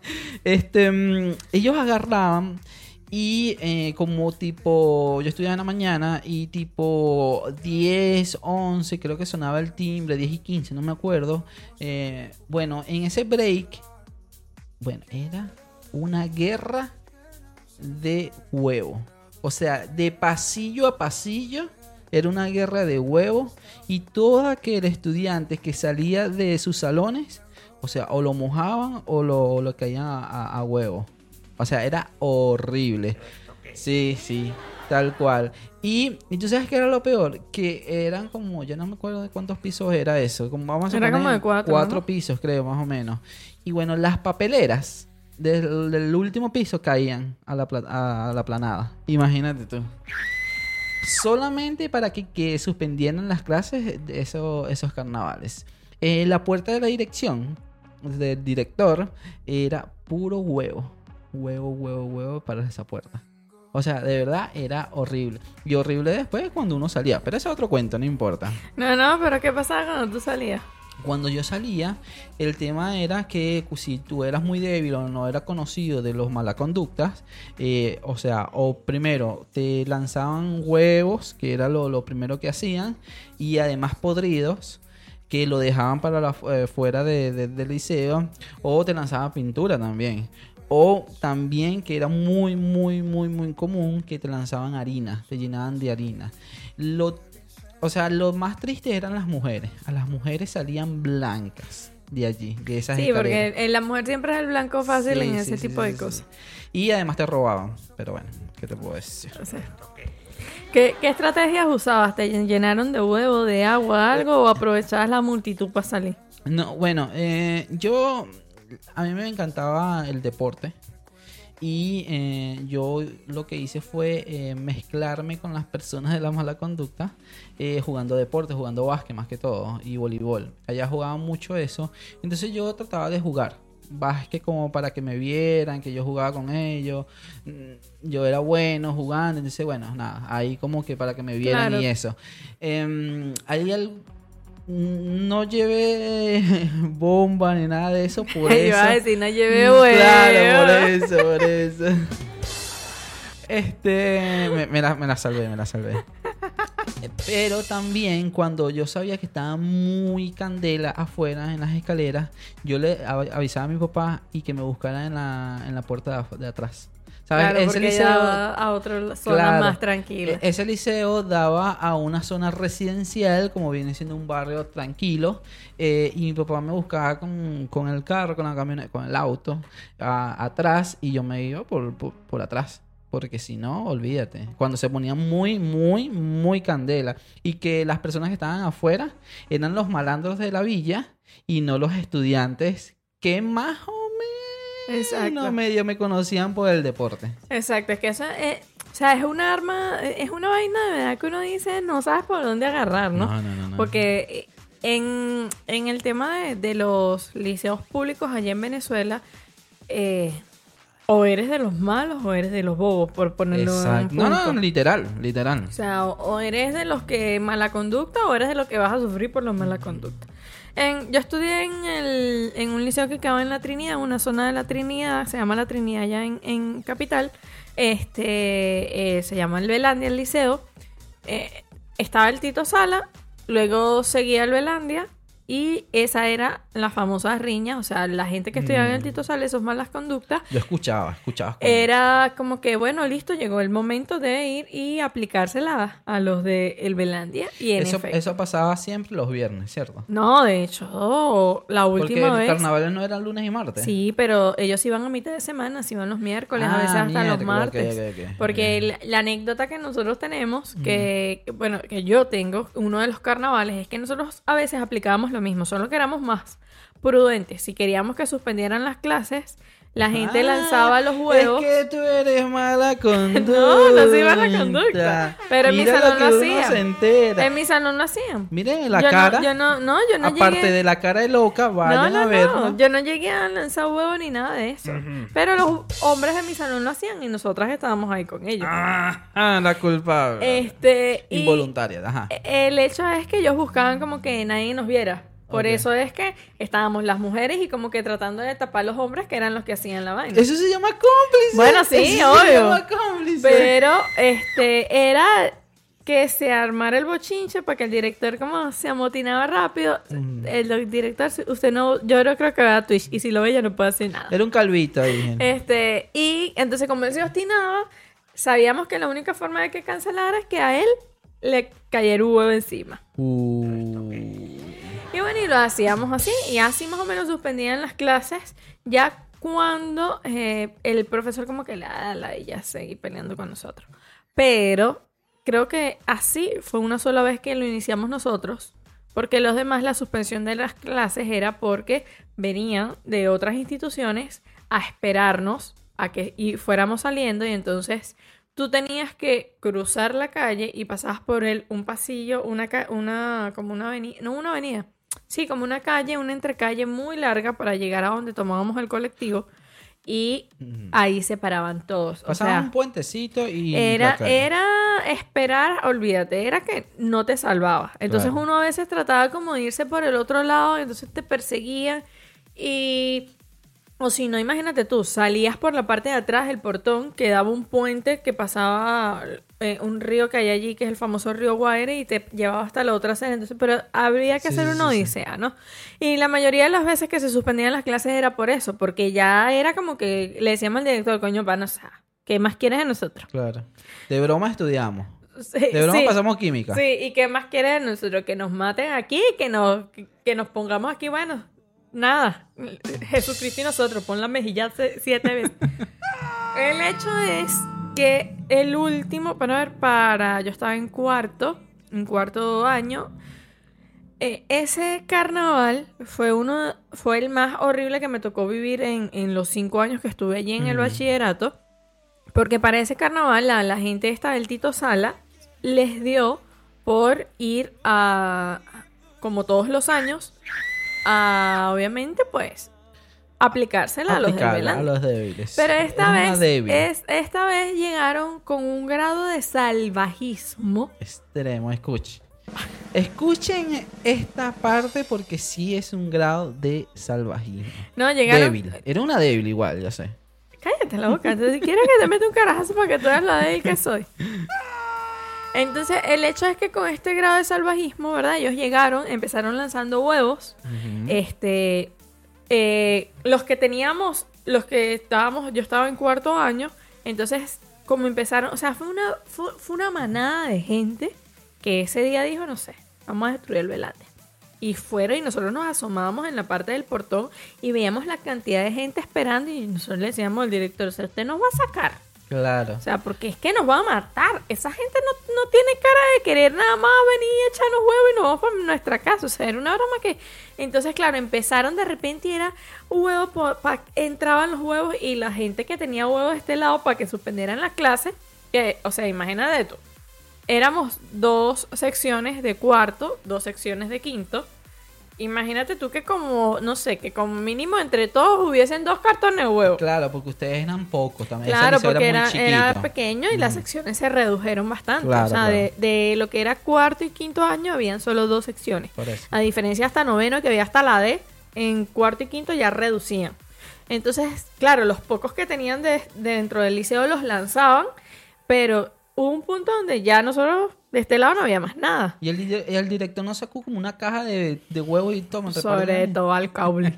Ellos agarraban y como tipo, yo estudiaba en la mañana y tipo 10, 11, creo que sonaba el timbre, 10 y 15, no me acuerdo. Bueno, en ese break, bueno, era una guerra de huevo. O sea, de pasillo a pasillo era una guerra de huevo. Y todo aquel estudiante que salía de sus salones, o sea, o lo mojaban o lo caían a huevo. O sea, era horrible. Sí, tal cual. Y tú sabes qué era lo peor, que eran como, yo no me acuerdo de cuántos pisos era eso. Como vamos a Era poner como de 4, 4 ¿no? pisos, creo, más o menos. Y bueno, las papeleras del último piso caían a la planada. Imagínate tú. Solamente para que suspendieran las clases de esos carnavales. La puerta de la dirección del director era puro huevo. Huevo para esa puerta. O sea, de verdad era horrible. Y horrible después cuando uno salía. Pero ese es otro cuento, no importa. No, pero ¿qué pasaba cuando tú salías? Cuando yo salía, el tema era que si tú eras muy débil o no eras conocido de los malas conductas, o primero te lanzaban huevos, que era lo primero que hacían, y además podridos, que lo dejaban para fuera del liceo, o te lanzaban pintura también. O también, que era muy común, que te lanzaban harina, te llenaban de harina. O sea, lo más triste eran las mujeres. A las mujeres salían blancas de allí, de esas escaleras. Porque la mujer siempre es el blanco fácil en ese tipo de cosas. Y además te robaban. Pero bueno, ¿qué te puedo decir? O sea, ¿qué estrategias usabas? ¿Te llenaron de huevo, de agua, algo? ¿O aprovechabas la multitud para salir? No, bueno, a mí me encantaba el deporte. Y yo lo que hice fue mezclarme con las personas de la mala conducta, jugando deporte, jugando básquet más que todo, y voleibol. Allá jugaban mucho eso. Entonces yo trataba de jugar básquet como para que me vieran, que yo jugaba con ellos. Yo era bueno jugando, entonces bueno, nada, ahí como que para que me vieran, claro. Y eso. No llevé bomba ni nada de eso, por eso. Iba a decir, no llevé huevo. Claro, por eso. Me la salvé. Pero también cuando yo sabía que estaba muy candela afuera en las escaleras, yo le avisaba a mi papá y que me buscara en la puerta de atrás. ¿Sabes? Claro, porque liceo daba a otra zona más tranquila. Ese liceo daba a una zona residencial, como viene siendo un barrio tranquilo, y mi papá me buscaba con el carro, con la camioneta, con el auto atrás, y yo me iba por atrás. Porque si no, olvídate. Cuando se ponía muy candela. Y que las personas que estaban afuera eran los malandros de la villa y no los estudiantes que más o menos medio me conocían por el deporte. Exacto, es que eso es un arma, es una vaina de verdad que uno dice, no sabes por dónde agarrar, ¿no? No. Porque en el tema de los liceos públicos allá en Venezuela, o eres de los malos o eres de los bobos, por ponerlo en un punto. No, literal. O sea, o eres de los que mala conducta o eres de los que vas a sufrir por la mala conducta. Yo estudié en un liceo que quedaba en La Trinidad, una zona de La Trinidad, se llama La Trinidad ya en Capital. Se llama el Belandia, el liceo. Estaba el Tito Sala, luego seguía el Belandia. Y esa era la famosa riña, o sea, la gente que estudiaba en el Tito Sala, esos malas conductas. Yo escuchaba. Era como que, bueno, listo, llegó el momento de ir y aplicársela a los de el Belandia. Y eso pasaba siempre los viernes, ¿cierto? No, de hecho, la última vez. Porque el carnaval no eran lunes y martes. Sí, pero ellos iban a mitad de semana, se iban los miércoles, a veces hasta los martes. Okay. Porque la anécdota que nosotros tenemos, que yo tengo, uno de los carnavales, es que nosotros a veces aplicábamos lo mismo, solo que éramos más prudentes. Si queríamos que suspendieran las clases, la gente lanzaba los huevos. Es que tú eres mala conducta. No soy mala conducta. Pero en mi salón lo hacían. En mi salón lo hacían. Miren la cara. Yo no aparte llegué. de la cara de loca, vayan a ver. No, yo no llegué a lanzar huevo ni nada de eso. Pero los hombres de mi salón lo hacían y nosotras estábamos ahí con ellos. La culpable. Involuntaria, ajá. El hecho es que ellos buscaban como que nadie nos viera. Por eso es que estábamos las mujeres y como que tratando de tapar los hombres que eran los que hacían la vaina. Eso se llama cómplice. Bueno, sí, eso obvio. Se llama cómplice. Pero era que se armara el bochinche para que el director como se amotinaba rápido. El director, usted no, yo no creo que vea Twitch y si lo ve ya no puede hacer nada. Era un calvito ahí. Y entonces como él se obstinaba, sabíamos que la única forma de que cancelara es que a él le cayera un huevo encima. Y bueno, y lo hacíamos así, y así más o menos suspendían las clases, ya cuando el profesor como que ella seguía peleando con nosotros. Pero creo que así fue una sola vez que lo iniciamos nosotros, porque los demás la suspensión de las clases era porque venían de otras instituciones a esperarnos a que fuéramos saliendo y entonces tú tenías que cruzar la calle y pasabas por un pasillo, como una avenida, no una avenida, sí, como una calle, una entrecalle muy larga para llegar a donde tomábamos el colectivo y ahí se paraban todos. Pasaban o sea, un puentecito y... era esperar, olvídate, era que no te salvaba. Entonces Claro. uno a veces trataba como de irse por el otro lado, entonces te perseguían y... O si no, imagínate tú, salías por la parte de atrás del portón, quedaba un puente que pasaba un río que hay allí, que es el famoso río Guaire, y te llevaba hasta la otra acera. Entonces, pero habría que Sí, hacer sí, una sí, sí. odisea, ¿no? Y la mayoría de las veces que se suspendían las clases era por eso, porque ya era como que le decíamos al director, coño, pana, o sea, ¿qué más quieres de nosotros? Claro. De broma estudiamos. Sí, De broma sí. pasamos química. Sí, ¿y qué más quieres de nosotros? Que nos maten aquí, que nos pongamos aquí, bueno, nada. Jesucristo y nosotros, pon la mejilla 7 veces. El hecho es que el último, yo estaba en cuarto año. Ese carnaval fue el más horrible que me tocó vivir en los 5 años que estuve allí en el bachillerato. Porque para ese carnaval la gente esta del Tito Sala les dio por ir a, como todos los años, a obviamente pues aplicársela a los Aplicarla desvelantes. a los débiles. Pero Es una débil. esta vez llegaron con un grado de salvajismo. Extremo, escuchen esta parte porque sí es un grado de salvajismo. No, llegaron... Débil. Era una débil igual, ya sé. Cállate la boca. Entonces, ¿quieres que te meta un carajazo para que tú veas la débil que soy? Entonces, el hecho es que con este grado de salvajismo, ¿verdad? Ellos llegaron, empezaron lanzando huevos. Los que estábamos, yo estaba en cuarto año, entonces, como empezaron, o sea, fue una manada de gente que ese día dijo, no sé, vamos a destruir el velate. Y fueron y nosotros nos asomábamos en la parte del portón y veíamos la cantidad de gente esperando y nosotros le decíamos al director, o sea, usted nos va a sacar. Claro. O sea, porque es que nos va a matar. Esa gente no tiene cara de querer nada más venir y echarnos huevos y nos vamos para nuestra casa. O sea, era una broma que... Entonces, claro, empezaron de repente y era huevo, entraban los huevos y la gente que tenía huevos de este lado para que suspendieran las clases, o sea, imagínate tú. Éramos 2 secciones de cuarto, 2 secciones de quinto. Imagínate tú que como, no sé, que como mínimo entre todos hubiesen 2 cartones de huevo. Claro, porque ustedes eran pocos también. Claro, Ese liceo porque muy era chiquito. pequeño y las secciones se redujeron bastante. Claro, o sea, claro. de lo que era cuarto y quinto año habían solo 2 secciones. Por eso. A diferencia hasta noveno, que había hasta la D, en cuarto y quinto ya reducían. Entonces, claro, los pocos que tenían dentro del liceo los lanzaban, pero hubo un punto donde ya nosotros de este lado no había más nada. Y el director nos sacó como una caja de huevos y toma. Sobre todo al caule.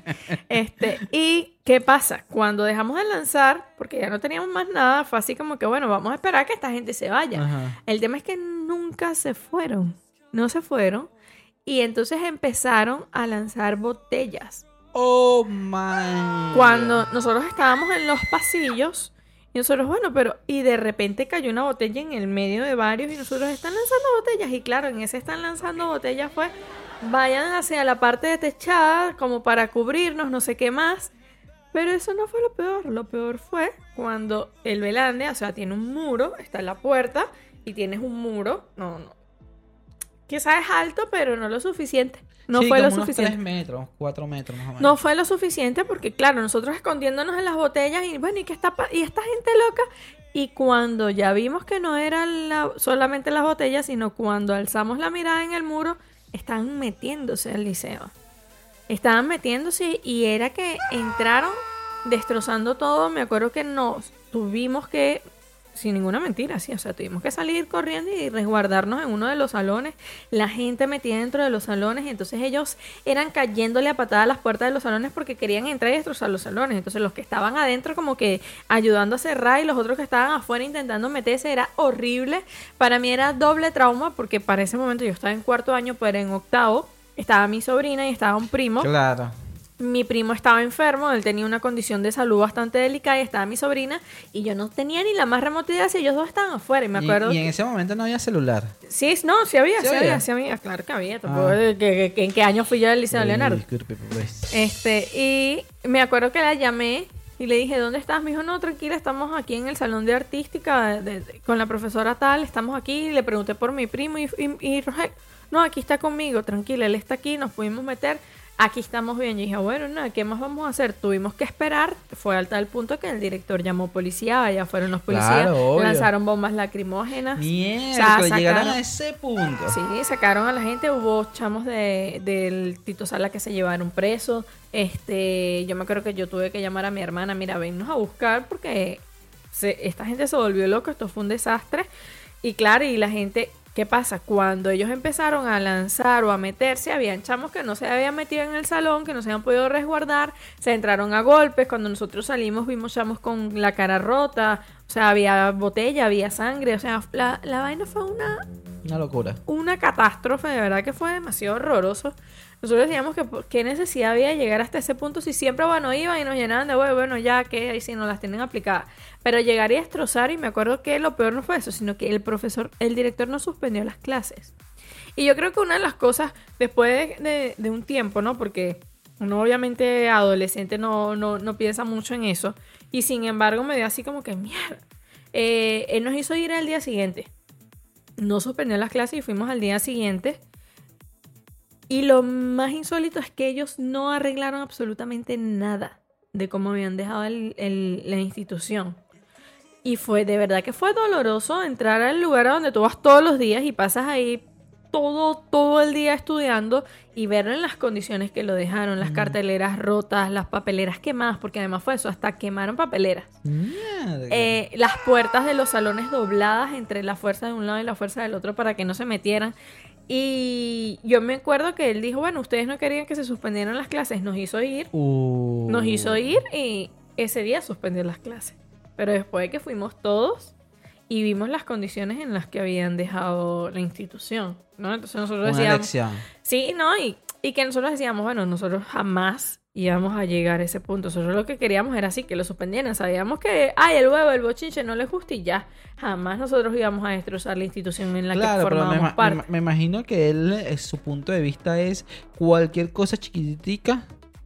¿Y qué pasa? Cuando dejamos de lanzar, porque ya no teníamos más nada, fue así como que, bueno, vamos a esperar a que esta gente se vaya. Ajá. El tema es que nunca se fueron. No se fueron. Y entonces empezaron a lanzar botellas. Oh, my. Cuando nosotros estábamos en los pasillos, y nosotros, bueno, pero... Y de repente cayó una botella en el medio de varios y nosotros están lanzando botellas. Y claro, en ese están lanzando botellas fue... Vayan hacia la parte de techada como para cubrirnos, no sé qué más. Pero eso no fue lo peor. Lo peor fue cuando el velande, o sea, tiene un muro, está en la puerta y tienes un muro. No. Quizás es alto, pero no lo suficiente. No Sí, fue lo como unos suficiente. 3 metros, 4 metros más o menos. No fue lo suficiente porque, claro, nosotros escondiéndonos en las botellas y bueno, ¿y qué está y esta gente loca? Y cuando ya vimos que no eran solamente las botellas, sino cuando alzamos la mirada en el muro, estaban metiéndose al liceo. Estaban metiéndose y era que entraron destrozando todo. Me acuerdo que nos tuvimos que, sin ninguna mentira, sí, o sea, tuvimos que salir corriendo y resguardarnos en uno de los salones. La gente metida dentro de los salones, entonces ellos eran cayéndole a patadas a las puertas de los salones porque querían entrar y destrozar los salones. Entonces los que estaban adentro como que ayudando a cerrar y los otros que estaban afuera intentando meterse, era horrible. Para mí era doble trauma porque para ese momento yo estaba en cuarto año, pero en octavo estaba mi sobrina y estaba un primo. Claro. Mi primo estaba enfermo, él tenía una condición de salud bastante delicada y estaba mi sobrina y yo no tenía ni la más remota idea si ellos dos estaban afuera y me acuerdo... Y en ese momento no había celular. Sí, no, sí había, ¿Sí claro que había. ¿En qué año fui yo al Liceo Leonardo? Disculpe, pues. Y me acuerdo que la llamé Y le dije, ¿dónde estás? Me dijo, no, tranquila, estamos aquí en el salón de artística con la profesora tal, estamos aquí. Le pregunté por mi primo y Rogelio, no, aquí está conmigo, tranquila, él está aquí, nos pudimos meter, aquí estamos bien. Y dije, bueno, nada, ¿qué más vamos a hacer? Tuvimos que esperar, fue al tal punto que el director llamó policía, allá fueron los policías, Claro, obvio. lanzaron bombas lacrimógenas. Mierda, O sea, llegaron sacaron- a ese punto. Sí, sacaron a la gente, hubo chamos del Tito Sala que se llevaron presos. Yo me acuerdo que yo tuve que llamar a mi hermana, mira, vennos a buscar porque esta gente se volvió loca, esto fue un desastre. Y claro, y la gente, ¿qué pasa? Cuando ellos empezaron a lanzar o a meterse, habían chamos que no se habían metido en el salón, que no se habían podido resguardar, se entraron a golpes. Cuando nosotros salimos vimos chamos con la cara rota, o sea, había botella, había sangre, o sea, la vaina fue Una locura. una catástrofe, de verdad que fue demasiado horroroso. Nosotros decíamos que qué necesidad había de llegar hasta ese punto si siempre, bueno, iban y nos llenaban de bueno, ya que ahí sí nos las tienen aplicadas. Pero llegar y destrozar, y me acuerdo que lo peor no fue eso, sino que el director no suspendió las clases. Y yo creo que una de las cosas, después de un tiempo, ¿no? Porque uno obviamente adolescente no piensa mucho en eso. Y sin embargo me dio así como que, mierda. Él nos hizo ir al día siguiente. No suspendió las clases y fuimos al día siguiente. Y lo más insólito es que ellos no arreglaron absolutamente nada de cómo habían dejado la institución. Y fue, de verdad que fue doloroso entrar al lugar a donde tú vas todos los días y pasas ahí todo el día estudiando y ver en las condiciones que lo dejaron, las carteleras rotas, las papeleras quemadas, porque además fue eso, hasta quemaron papeleras. Mierda. Las puertas de los salones dobladas entre la fuerza de un lado y la fuerza del otro para que no se metieran. Y yo me acuerdo que él dijo, bueno, ustedes no querían que se suspendieran las clases, nos hizo ir y ese día suspendió las clases. Pero después de que fuimos todos y vimos las condiciones en las que habían dejado la institución, ¿no? Entonces nosotros Una decíamos... lección. Sí, ¿no? Y que nosotros decíamos, bueno, nosotros jamás íbamos a llegar a ese punto. Nosotros lo que queríamos era así, que lo suspendieran. Sabíamos que, el huevo, el bochinche no les gusta y ya. Jamás nosotros íbamos a destrozar la institución en la que Claro, pero formábamos parte. me imagino que él, su punto de vista es cualquier cosa chiquitica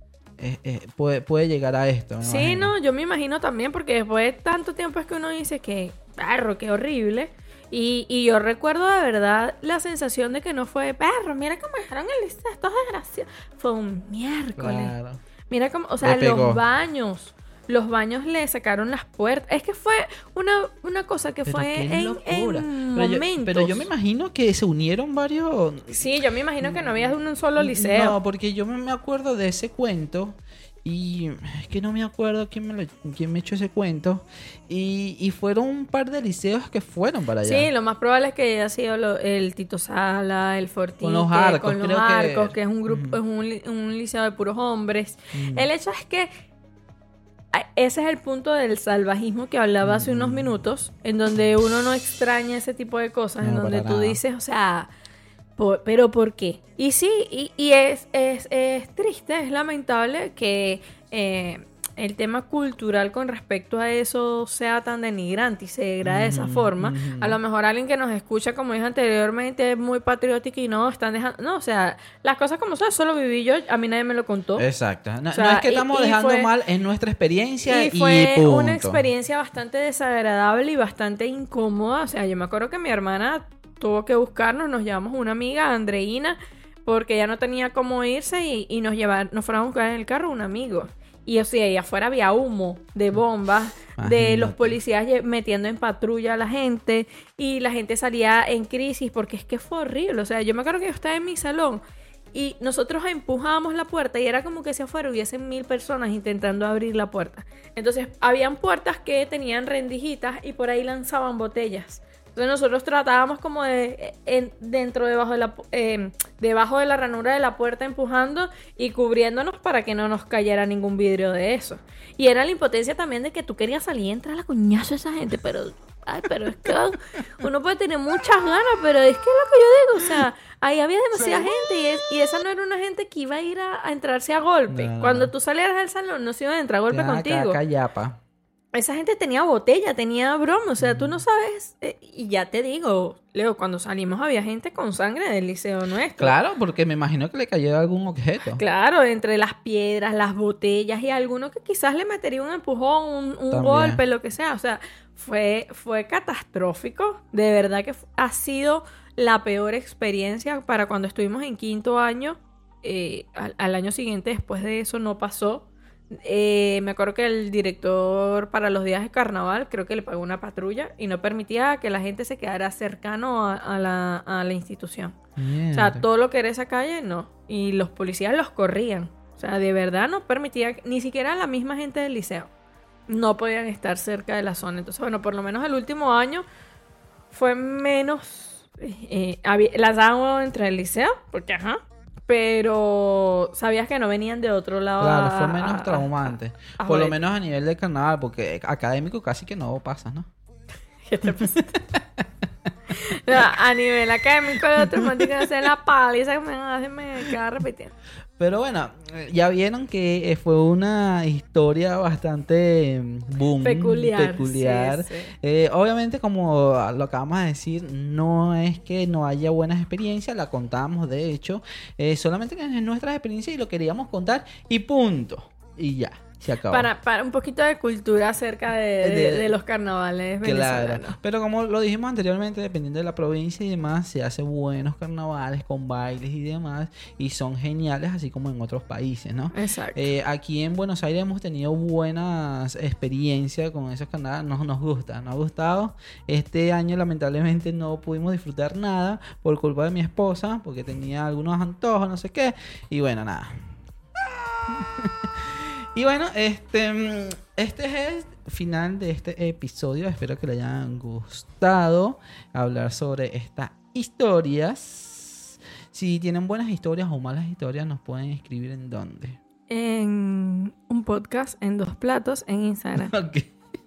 puede llegar a esto. me Sí, imagino. no, yo me imagino también, porque después de tanto tiempo es que uno dice que, perro, qué horrible. Y yo recuerdo de verdad la sensación de que no fue, perro, mira cómo dejaron el liceo, estos desgraciados. Fue un miércoles. Claro. Mira cómo, o sea, Le pegó. los baños le sacaron las puertas. Es que fue una cosa que Pero fue qué en locura. momentos. Pero yo me imagino que se unieron varios. Sí, yo me imagino que no había un solo liceo. No, porque yo me acuerdo de ese cuento. Y es que no me acuerdo quién me echó ese cuento. Y fueron un par de liceos que fueron para allá. Sí, lo más probable es que haya sido el Tito Sala, el Fortique, Con los Arcos, con los creo que- Arcos, que es un grupo, es un liceo de puros hombres. El hecho es que ese es el punto del salvajismo que hablaba hace unos minutos, en donde uno no extraña ese tipo de cosas, No, en donde para tú nada. dices, o sea, pero ¿por qué? Y sí, y es triste, es lamentable que el tema cultural con respecto a eso sea tan denigrante y se degrade de esa forma. A lo mejor alguien que nos escucha, como dije anteriormente, es muy patriótico y no, están dejando... No, o sea, las cosas como son, solo viví yo, a mí nadie me lo contó. Exacto. No, O sea, no es que estamos y dejando fue- mal, es nuestra experiencia y fue punto. una experiencia bastante desagradable y bastante incómoda. O sea, yo me acuerdo que mi hermana tuvo que buscarnos, nos llevamos una amiga, Andreina, porque ya no tenía cómo irse y nos fueron a buscar en el carro un amigo. Y o sea, ahí afuera había humo de bombas, de los Imagínate. policías metiendo en patrulla a la gente, y la gente salía en crisis porque es que fue horrible. O sea, yo me acuerdo que yo estaba en mi salón y nosotros empujábamos la puerta y era como que si afuera hubiesen 1000 personas intentando abrir la puerta. Entonces, habían puertas que tenían rendijitas y por ahí lanzaban botellas. Entonces nosotros tratábamos como debajo de la ranura de la puerta empujando y cubriéndonos para que no nos cayera ningún vidrio de eso. Y era la impotencia también de que tú querías salir y entrar a la coñazo a esa gente, pero es que uno puede tener muchas ganas, pero es que es lo que yo digo, o sea, ahí había demasiada gente y esa no era una gente que iba a ir a entrarse a golpe. No. Cuando tú salieras del salón no se iban a entrar a golpe contigo. Callapa. esa gente tenía botella, tenía broma, o sea, tú no sabes. Y ya te digo, Leo, cuando salimos había gente con sangre del liceo nuestro. Claro, porque me imagino que le cayó algún objeto. Claro, entre las piedras, las botellas y alguno que quizás le metería un empujón, un También. golpe, lo que sea. O sea, fue catastrófico. De verdad que ha sido la peor experiencia para cuando estuvimos en quinto año. Al año siguiente, después de eso, no pasó. Me acuerdo que el director para los días de carnaval creo que le pagó una patrulla y no permitía que la gente se quedara cercano a la institución. O sea, todo lo que era esa calle, no. Y los policías los corrían. O sea, de verdad no permitía, ni siquiera la misma gente del liceo no podían estar cerca de la zona. Entonces, bueno, por lo menos el último año fue menos lanzado entre el liceo, porque pero sabías que no venían de otro lado. Claro, fue menos traumante. Por lo joder. menos a nivel de carnaval, porque académico casi que no pasa, ¿no? ¿Qué te pasa? No, a nivel académico, el otro man tiene que hacer la paliza que me queda repitiendo. Pero bueno, ya vieron que fue una historia bastante boom, Peculiar. Sí. Obviamente, como lo acabamos de decir, no es que no haya buenas experiencias, la contamos de hecho, solamente que es nuestras experiencias y lo queríamos contar y punto. Y ya, se acabó. Para un poquito de cultura acerca de los carnavales venezolanos. Claro, pero como lo dijimos anteriormente, dependiendo de la provincia y demás, se hacen buenos carnavales con bailes y demás, y son geniales, así como en otros países, ¿no? Exacto. Aquí en Buenos Aires hemos tenido buenas experiencias con esos carnavales, nos gusta, nos ha gustado. Este año lamentablemente no pudimos disfrutar nada por culpa de mi esposa, porque tenía algunos antojos, no sé qué, y bueno, nada. Y bueno, este es el final de este episodio. Espero que le hayan gustado hablar sobre estas historias. Si tienen buenas historias o malas historias, nos pueden escribir en dónde. En un podcast en 2 platos en Instagram. Ok.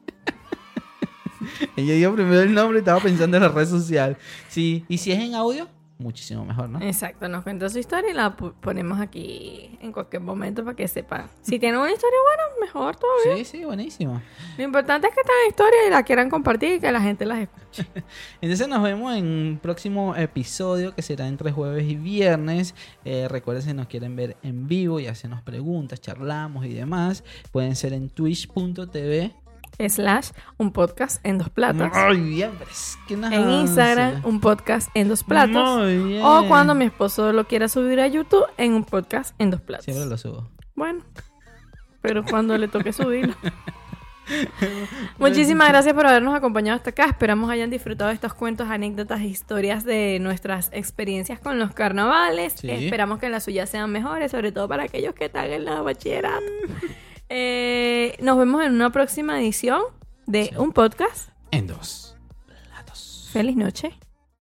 Ella dio primero el nombre y estaba pensando en la red social. Sí, y si es en audio, muchísimo mejor, ¿no? Exacto, nos cuenta su historia y la ponemos aquí en cualquier momento para que sepan. Si tienen una historia buena, mejor todavía. Sí, buenísimo. Lo importante es que tengan historia y la quieran compartir y que la gente las escuche. Entonces nos vemos en un próximo episodio que será entre jueves y viernes. Recuerden, si nos quieren ver en vivo y hacernos preguntas, charlamos y demás, pueden ser en twitch.tv / un podcast en 2 platos. Muy bien, pero es que nada. En Instagram, un podcast en 2 platos. Muy bien. O cuando mi esposo lo quiera subir a YouTube, en un podcast en 2 platos. Siempre lo subo. Bueno, pero cuando le toque subirlo. Muchísimas gracias por habernos acompañado hasta acá. Esperamos hayan disfrutado de estos cuentos, anécdotas e historias de nuestras experiencias con los carnavales. Sí. Esperamos que las suyas sean mejores, sobre todo para aquellos que están en la bachillerato. Nos vemos en una próxima edición de un podcast. En 2 platos. Feliz noche.